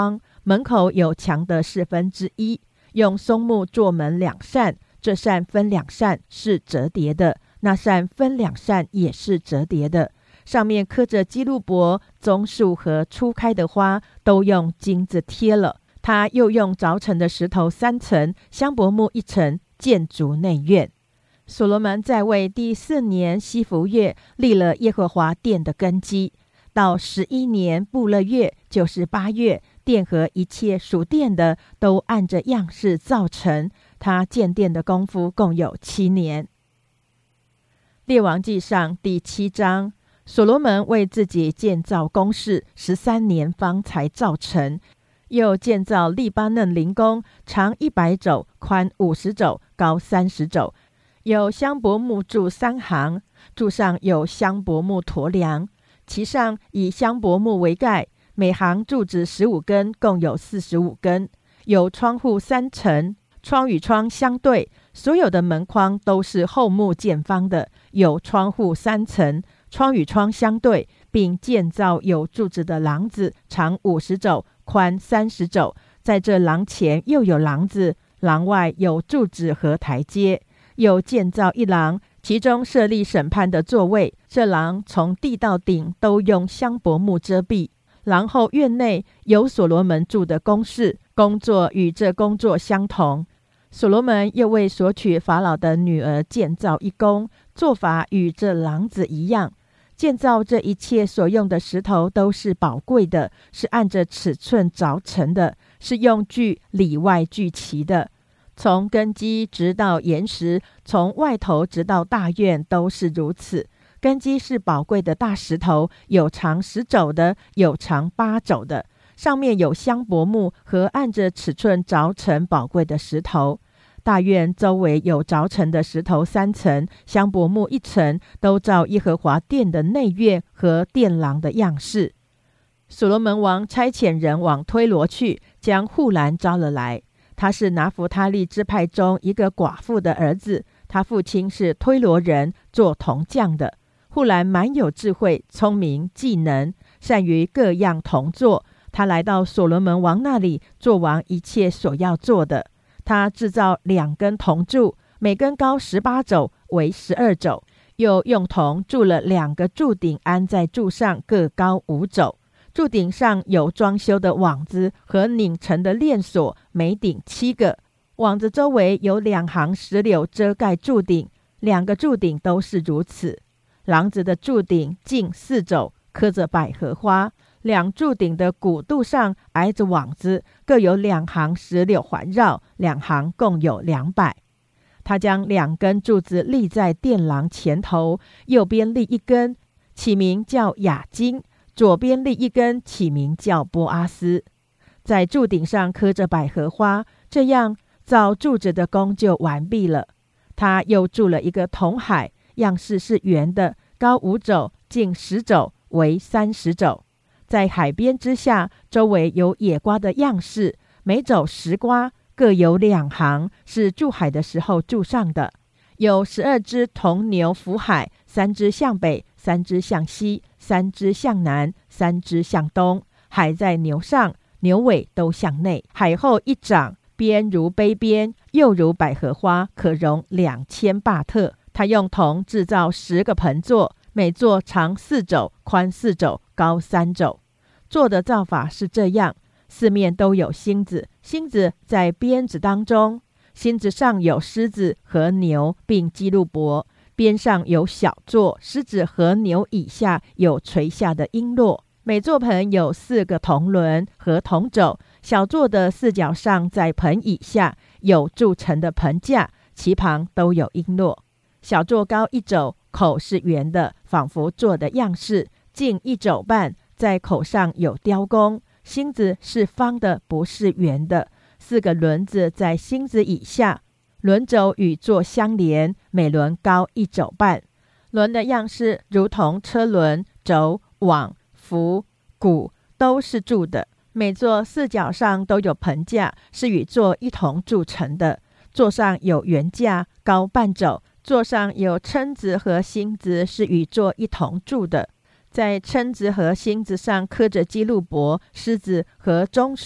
门口有墙的1/4，用松木做门2扇，这扇分2扇是折叠的，那扇分2扇也是折叠的，上面刻着基路伯、棕树和初开的花，都用金子贴了。他又用凿成的石头3层，香柏木1层，建筑内院。所罗门在位第4年西弗月立了耶和华殿的根基，到11年布勒月，就是8月，殿和一切属殿的都按着样式造成。他建殿的功夫共有7年。列王纪上第7章，所罗门为自己建造宫室13年方才造成，又建造利巴嫩灵宫，长100肘，宽50肘，高30肘，有香柏木柱3行，柱上有香柏木驼梁，其上以香柏木为盖，每行柱子15根，共有45根。有窗户3层，窗与窗相对，所有的门框都是厚木见方的，有窗户3层，窗与窗相对，并建造有柱子的廊子，长50肘，宽30肘。在这廊前又有廊子，廊外有柱子和台阶。又建造一廊，其中设立审判的座位，这廊从地到顶都用香柏木遮蔽。廊后院内有所罗门住的宫室，工作与这工作相同。所罗门又为所娶法老的女儿建造一宫，做法与这廊子一样。建造这一切所用的石头都是宝贵的，是按着尺寸凿成的，是用锯里外锯齐的。从根基直到岩石，从外头直到大院都是如此。根基是宝贵的大石头，有长10肘的，有长8肘的，上面有香柏木和按着尺寸凿成宝贵的石头。大院周围有凿成的石头3层，香柏木1层，都照耶和华殿的内院和殿廊的样式。所罗门王差遣人往推罗去，将户兰招了来。他是拿弗他利支派中一个寡妇的儿子，他父亲是推罗人，做铜匠的。户兰满有智慧、聪明、技能，善于各样铜作。他来到所罗门王那里，做王一切所要做的。他制造2根铜柱，每根高18肘，为12肘，又用铜铸了2个柱顶，安在柱上，各高5肘。柱顶上有装修的网子和拧成的链锁，每顶7个。网子周围有2行石榴遮盖柱顶，2个柱顶都是如此。廊子的柱顶径4肘，刻着百合花，2柱顶的骨肚上挨着网子，各有2行石榴环绕，2行共有200。他将2根柱子立在殿廊前头，右边立1根，起名叫雅金；左边立1根，起名叫波阿斯。在柱顶上刻着百合花，这样造柱子的工就完毕了。他又铸了一个铜海，样式是圆的，高5肘，径10肘，为30肘。在海边之下，周围有野瓜的样式，每肘10瓜，各有2行，是筑海的时候筑上的。有12只铜牛扶海，3只向北，3只向西，3只向南，3只向东。海在牛上，牛尾都向内。海后一掌，边如杯边，又如百合花，可容2000巴特。他用铜制造10个盆座，每座长4肘，宽4肘，高3肘。做的造法是这样：四面都有星子，星子在鞭子当中，星子上有狮子和牛，并基路伯，边上有小座，狮子和牛以下有垂下的璎珞。每座盆有4个铜轮和铜肘，小座的4角上在盆以下有铸成的盆架，其旁都有璎珞。小座高1肘，口是圆的，仿佛做的样式，径1肘半，在口上有雕工。星子是方的，不是圆的。4个轮子在星子以下，轮轴与座相连，每轮高1肘半。轮的样式如同车轮、轴、网、扶、鼓，都是铸的。每座4角上都有盆架，是与座一同铸成的。座上有圆架，高半肘。座上有蛏子和星子，是与座一同铸的。在蛏子和星子上刻着基路伯、狮子和棕树，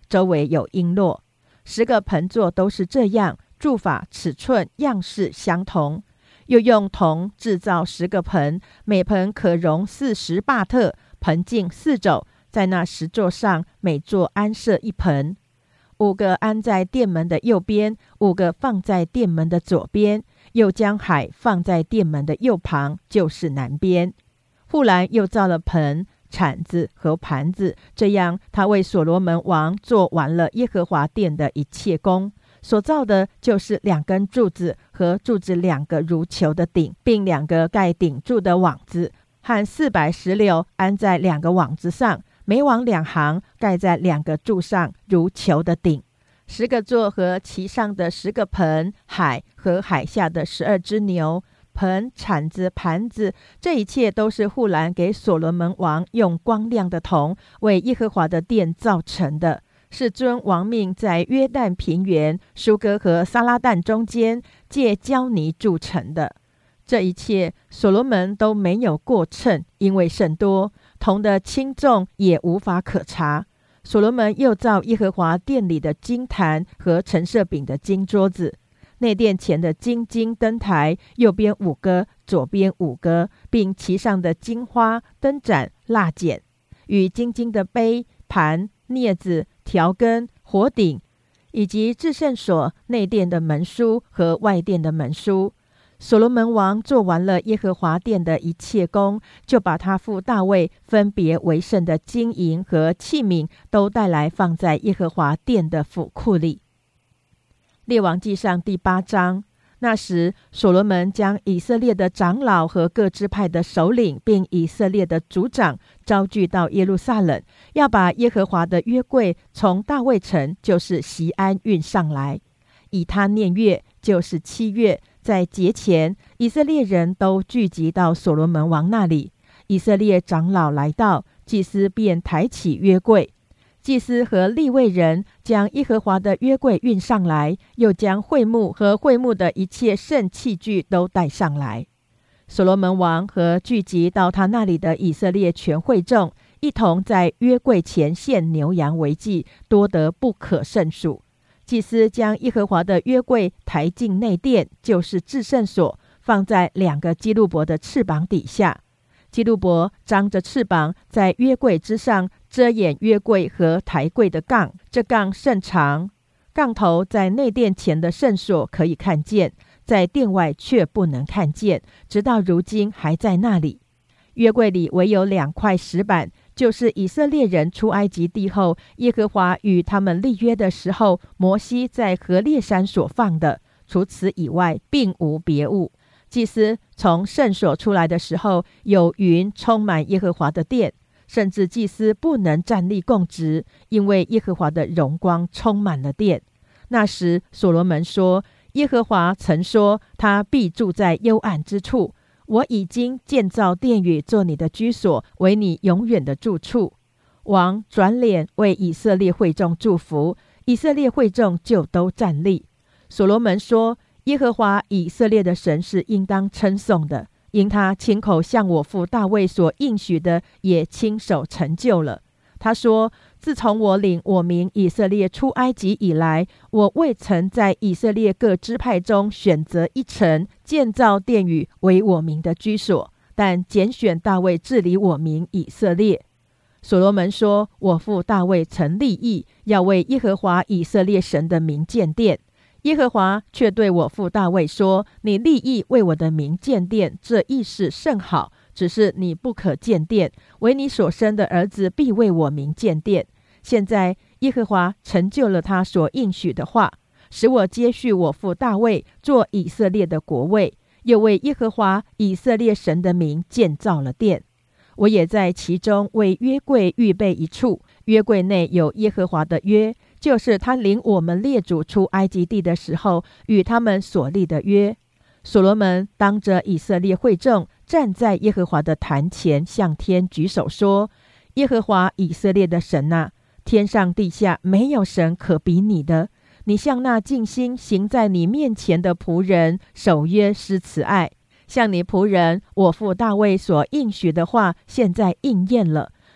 周围有璎珞。10个盆座都是这样，铸法、尺寸、样式相同。又用铜制造10个盆，每盆可容40巴特，盆径4肘，在那10座上每座安设1盆，5个安在殿门的右边，5个放在殿门的左边，又将海放在殿门的右旁，就是南边。户兰又造了盆、铲子和盘子，这样他为所罗门王做完了耶和华殿的一切工。所造的就是2根柱子和柱子2个如球的顶，并2个盖顶柱的网子，和400石榴安在2个网子上，每网2行，盖在2个柱上如球的顶。10个座和其上的10个盆，海和海下的12只牛，盆、铲子、盘子，这一切都是户兰给所罗门王用光亮的铜为耶和华的殿造成的，是遵王命在约旦平原、舒哥和撒拉旦中间借胶泥铸成的。这一切所罗门都没有过称，因为甚多，铜的轻重也无法可查。所罗门又造耶和华殿里的金坛和陈设饼的金桌子，内殿前的金灯台，右边5个，左边5个，并其上的金花、灯盏、蜡剪，与金的杯、盘、镊子、调羹、火鼎，以及至圣所、内殿的门书和外殿的门书。所罗门王做完了耶和华殿的一切工，就把他父大卫分别为圣的金银和器皿都带来，放在耶和华殿的府库里。列王纪上第8章。那时所罗门将以色列的长老和各支派的首领，并以色列的族长招聚到耶路撒冷，要把耶和华的约柜从大卫城，就是锡安运上来。以他念月，就是7月，在节前，以色列人都聚集到所罗门王那里。以色列长老来到，祭司便抬起约柜。祭司和利未人将耶和华的约柜运上来，又将会幕和会幕的一切圣器具都带上来。所罗门王和聚集到他那里的以色列全会众，一同在约柜前献牛羊为祭，多得不可胜数。祭司将耶和华的约柜抬进内殿，就是至圣所，放在2个基路伯的翅膀底下。基路伯张着翅膀，在约柜之上遮掩约柜和抬柜的杠，这杠甚长，杠头在内殿前的圣所可以看见，在殿外却不能看见，直到如今还在那里。约柜里唯有2块石板，就是以色列人出埃及地后，耶和华与他们立约的时候，摩西在何烈山所放的，除此以外并无别物。祭司从圣所出来的时候，有云充满耶和华的殿，甚至祭司不能站立供职，因为耶和华的荣光充满了殿。那时所罗门说，耶和华曾说，他必住在幽暗之处，我已经建造殿宇做你的居所，为你永远的住处。王转脸为以色列会众祝福，以色列会众就都站立。所罗门说，耶和华以色列的神是应当称颂的，因他亲口向我父大卫所应许的，也亲手成就了。他说，自从我领我民以色列出埃及以来，我未曾在以色列各支派中选择一城，建造殿宇为我民的居所，但拣选大卫治理我民以色列。所罗门说，我父大卫曾立意，要为耶和华以色列神的名建殿。耶和华却对我父大卫说，你立意为我的名建殿，这意事甚好，只是你不可建殿，唯你所生的儿子必为我名建殿。现在耶和华成就了他所应许的话，使我接续我父大卫做以色列的国位，又为耶和华以色列神的名建造了殿。我也在其中为约柜预备一处，约柜内有耶和华的约，就是他领我们列祖出埃及地的时候与他们所立的约。所罗门当着以色列会众，站在耶和华的坛前，向天举手说，耶和华以色列的神啊，天上地下没有神可比你的，你向那尽心行在你面前的仆人守约施慈爱，像你仆人我父大卫所应许的话，现在应验了。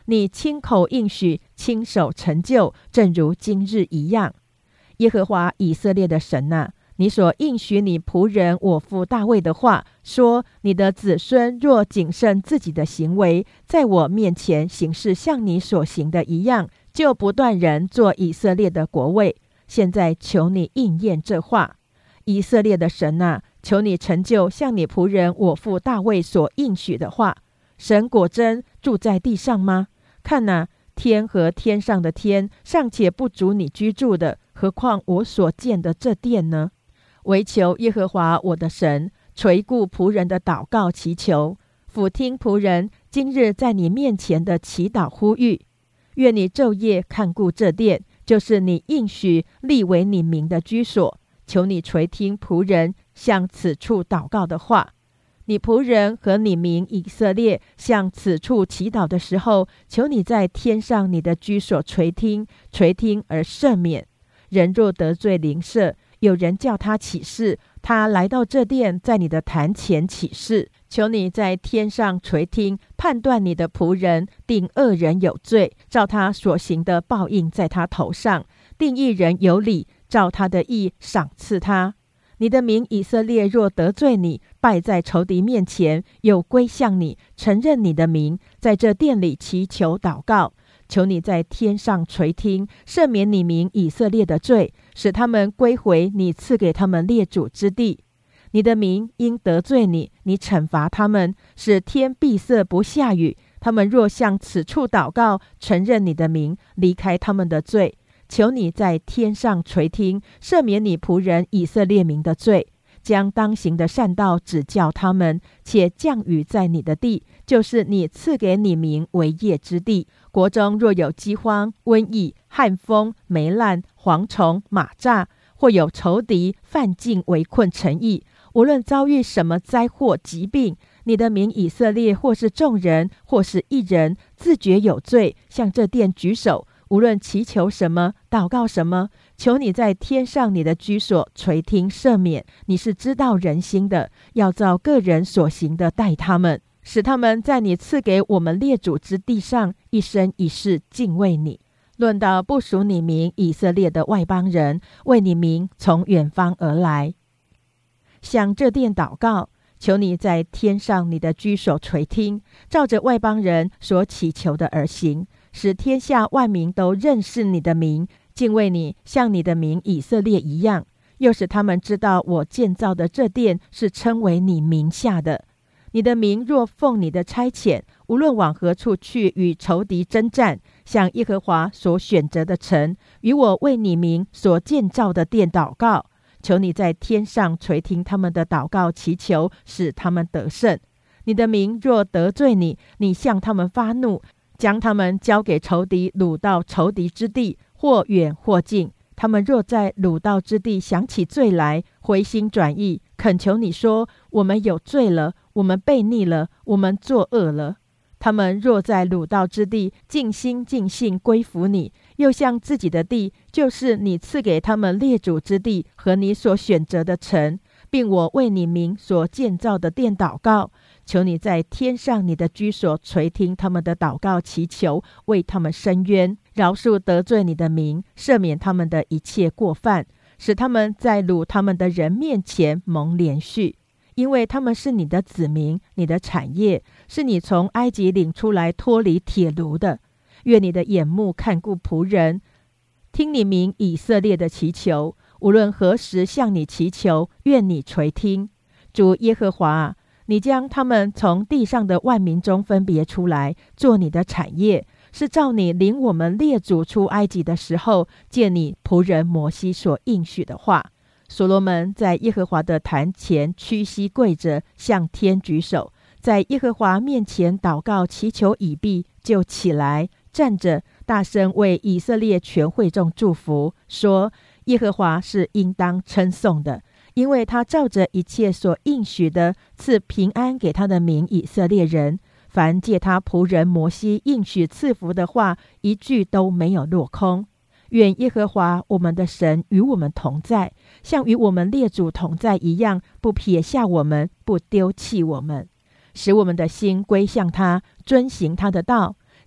你亲口应许，亲手成就，正如今日一样。耶和华以色列的神啊，你所应许你仆人我父大卫的话，说你的子孙若谨慎自己的行为，在我面前行事像你所行的一样，就不断人做以色列的国位。现在求你应验这话。以色列的神啊，求你成就像你仆人我父大卫所应许的话。神果真住在地上吗？看哪，天和天上的天尚且不足你居住的，何况我所建的这殿呢？唯求耶和华我的神垂顾仆人的祷告祈求，俯听仆人今日在你面前的祈祷呼吁。愿你昼夜看顾这殿，就是你应许立为你名的居所。求你垂听仆人向此处祷告的话。你仆人和你民以色列向此处祈祷的时候，求你在天上你的居所垂听，垂听而赦免。人若得罪邻舍，有人叫他起誓，他来到这殿，在你的坛前起誓，求你在天上垂听，判断你的仆人，定恶人有罪，照他所行的报应在他头上；定义人有理，照他的义赏赐他。你的民以色列若得罪你，败在仇敌面前，又归向你，承认你的名，在这殿里祈求祷告，求你在天上垂听，赦免你民以色列的罪，使他们归回你赐给他们列祖之地。你的民因得罪你，你惩罚他们，使天闭塞不下雨。他们若向此处祷告，承认你的名，离开他们的罪，求你在天上垂听，赦免你仆人以色列民的罪，将当行的善道指教他们，且降雨在你的地，就是你赐给你民为业之地。国中若有饥荒、瘟疫、旱风、霉烂、蝗虫、蚂蚱，或有仇敌犯境围困城邑，无论遭遇什么灾祸疾病，你的民以色列或是众人，或是一人，自觉有罪，向这殿举手，无论祈求什么，祷告什么，求你在天上你的居所垂听赦免。你是知道人心的，要照个人所行的待他们，使他们在你赐给我们列祖之地上一生一世敬畏你。论到不属你民以色列的外邦人，为你名从远方而来，向这殿祷告，求你在天上你的居所垂听，照着外邦人所祈求的而行，使天下万民都认识你的名，敬畏你，像你的名以色列一样，又使他们知道我建造的这殿是称为你名下的。你的名若奉你的差遣，无论往何处去与仇敌征战，向耶和华所选择的城，与我为你名所建造的殿祷告，求你在天上垂听他们的祷告祈求，使他们得胜。你的名若得罪你，你向他们发怒，将他们交给仇敌，掳到仇敌之地，或远或近。他们若在掳到之地想起罪来，回心转意，恳求你说，我们有罪了，我们悖逆了，我们作恶了。他们若在掳到之地尽心尽性归服你，又向自己的地，就是你赐给他们列祖之地和你所选择的城，并我为你名所建造的殿祷告，求你在天上你的居所垂听他们的祷告祈求，为他们伸冤，饶恕得罪你的名，赦免他们的一切过犯，使他们在掳他们的人面前蒙怜恤。因为他们是你的子民，你的产业，是你从埃及领出来脱离铁炉的。愿你的眼目看顾仆人，听你民以色列的祈求，无论何时向你祈求，愿你垂听。主耶和华啊，你将他们从地上的万民中分别出来，做你的产业，是照你领我们列祖出埃及的时候，借你仆人摩西所应许的话。所罗门在耶和华的坛前屈膝跪着，向天举手，在耶和华面前祷告祈求已毕，就起来站着，大声为以色列全会众祝福，说，耶和华是应当称颂的，因为他照着一切所应许的，赐平安给他的民以色列人。凡借他仆人摩西应许赐福的话，一句都没有落空。愿耶和华我们的神与我们同在，像与我们列祖同在一样，不撇下我们，不丢弃我们，使我们的心归向他，遵行他的道，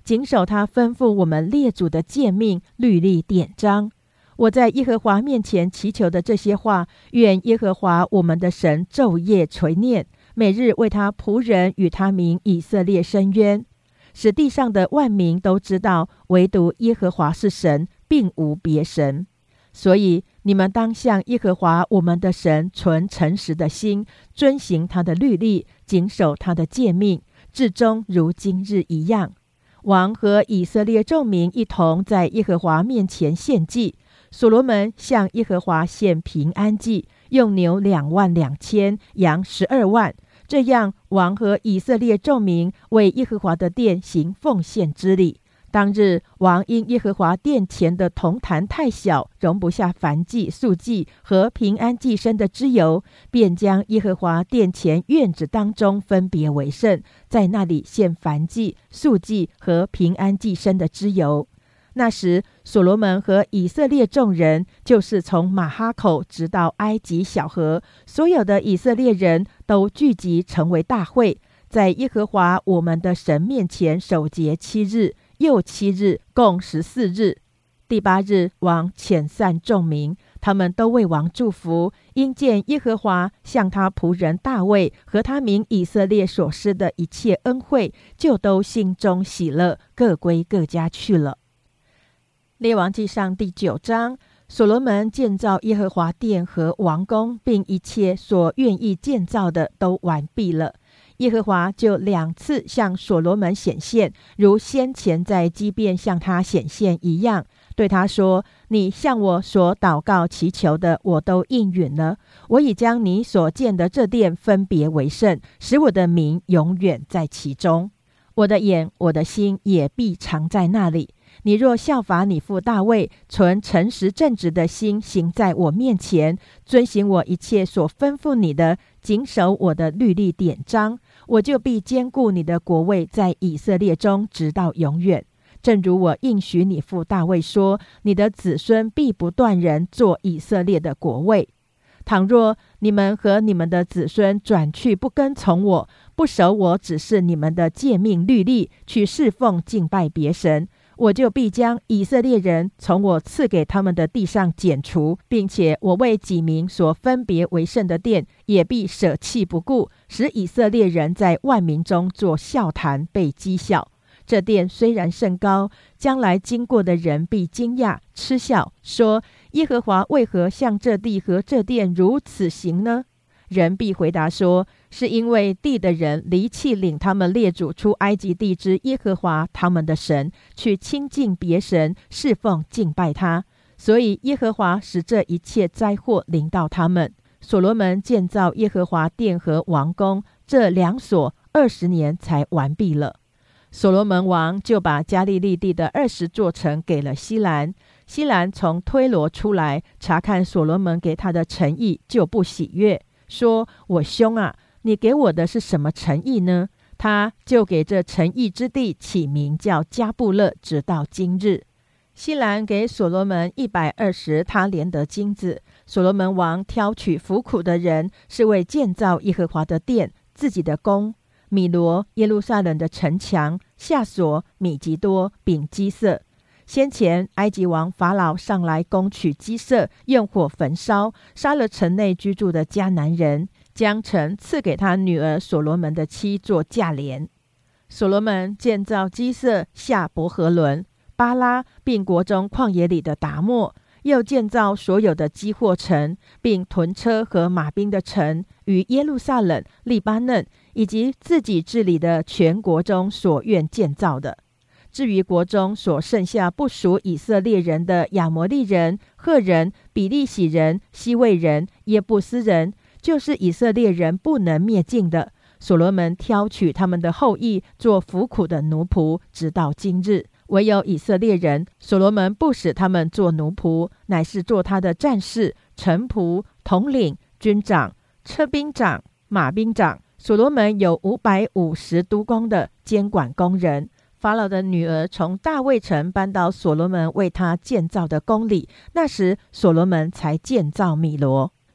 谨守他吩咐我们列祖的诫命、律例、典章。我在耶和华面前祈求的这些话，愿耶和华我们的神昼夜垂念，每日为他仆人与他民以色列伸冤，使地上的万民都知道，唯独耶和华是神，并无别神。所以你们当向耶和华我们的神存诚实的心，遵行他的律例，谨守他的诫命，至终如今日一样。王和以色列众民一同在耶和华面前献祭。所罗门向耶和华献平安祭，用牛22000，羊12万。这样，王和以色列众民为耶和华的殿行奉献之礼。当日，王因耶和华殿前的铜坛太小，容不下燔祭、素祭和平安祭牲的脂油，便将耶和华殿前院子当中分别为圣，在那里献燔祭、素祭和平安祭牲的脂油。那时，所罗门和以色列众人，就是从马哈口直到埃及小河，所有的以色列人都聚集成为大会，在耶和华我们的神面前守节7日，又7日，共14日。第8日，王遣散众民，他们都为王祝福，因见耶和华向他仆人大卫和他民以色列所施的一切恩惠，就都心中喜乐，各归各家去了。列王纪上第9章，所罗门建造耶和华殿和王宫，并一切所愿意建造的都完毕了。耶和华就2次向所罗门显现，如先前在基遍向他显现一样，对他说：你向我所祷告祈求的，我都应允了。我已将你所建的这殿分别为圣，使我的名永远在其中。我的眼、我的心也必常在那里。你若效法你父大卫，存诚实正直的心，行在我面前，遵行我一切所吩咐你的，谨守我的律例典章，我就必坚固你的国位在以色列中，直到永远。正如我应许你父大卫说，你的子孙必不断人做以色列的国位。倘若你们和你们的子孙转去不跟从我，不守我指示你们的诫命律例，去侍奉敬拜别神，我就必将以色列人从我赐给他们的地上剪除，并且我为己民所分别为圣的殿，也必舍弃不顾，使以色列人在万民中作笑谈，被讥笑。这殿虽然甚高，将来经过的人必惊讶嗤笑，说：耶和华为何向这地和这殿如此行呢？人必回答说：是因为地的人离弃领他们列祖出埃及地之耶和华他们的神，去亲近别神，侍奉敬拜他，所以耶和华使这一切灾祸临到他们。所罗门建造耶和华殿和王宫，这2所20年才完毕了。所罗门王就把加利利地的20座城给了西兰。西兰从推罗出来，查看所罗门给他的诚意，就不喜悦，说：我兄啊，你给我的是什么诚意呢？他就给这诚意之地起名叫加布勒，直到今日。西兰给所罗门120他连得金子。所罗门王挑取服苦的人，是为建造耶和华的殿、自己的宫、米罗、耶路撒冷的城墙、夏所、米吉多、丙基色。先前埃及王法老上来攻取基色，用火焚烧，杀了城内居住的迦南人，将城赐给他女儿所罗门的妻做嫁帘。所罗门建造基色、下伯和伦、巴拉，并国中旷野里的达莫，又建造所有的基货城，并屯车和马兵的城，与耶路撒冷、利巴嫩，以及自己治理的全国中所愿建造的。至于国中所剩下不属以色列人的亚摩利人、赫人、比利洗人、西魏人、耶布斯人，就是以色列人不能灭尽的，所罗门挑取他们的后裔做服苦的奴仆，直到今日。唯有以色列人，所罗门不使他们做奴仆，乃是做他的战士、臣仆、统领、军长、车兵长、马兵长。所罗门有550督工的监管工人。法老的女儿从大卫城搬到所罗门为他建造的宫里，那时所罗门才建造米罗。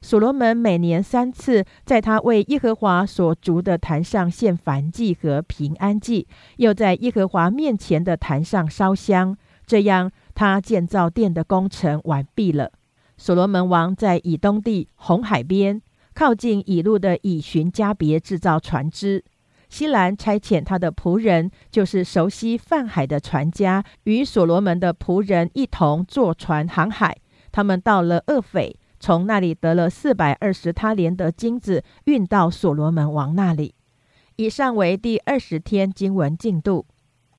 所罗门每年3次在他为耶和华所筑的坛上献燔祭和平安祭，又在耶和华面前的坛上烧香，这样他建造殿的工程完毕了。所罗门王在以东地红海边靠近以路的以寻加别制造船只，西兰差遣他的仆人，就是熟悉泛海的船家，与所罗门的仆人一同坐船航海。他们到了厄斐，从那里得了420他连得金子，运到所罗门王那里。以上为第20天经文进度。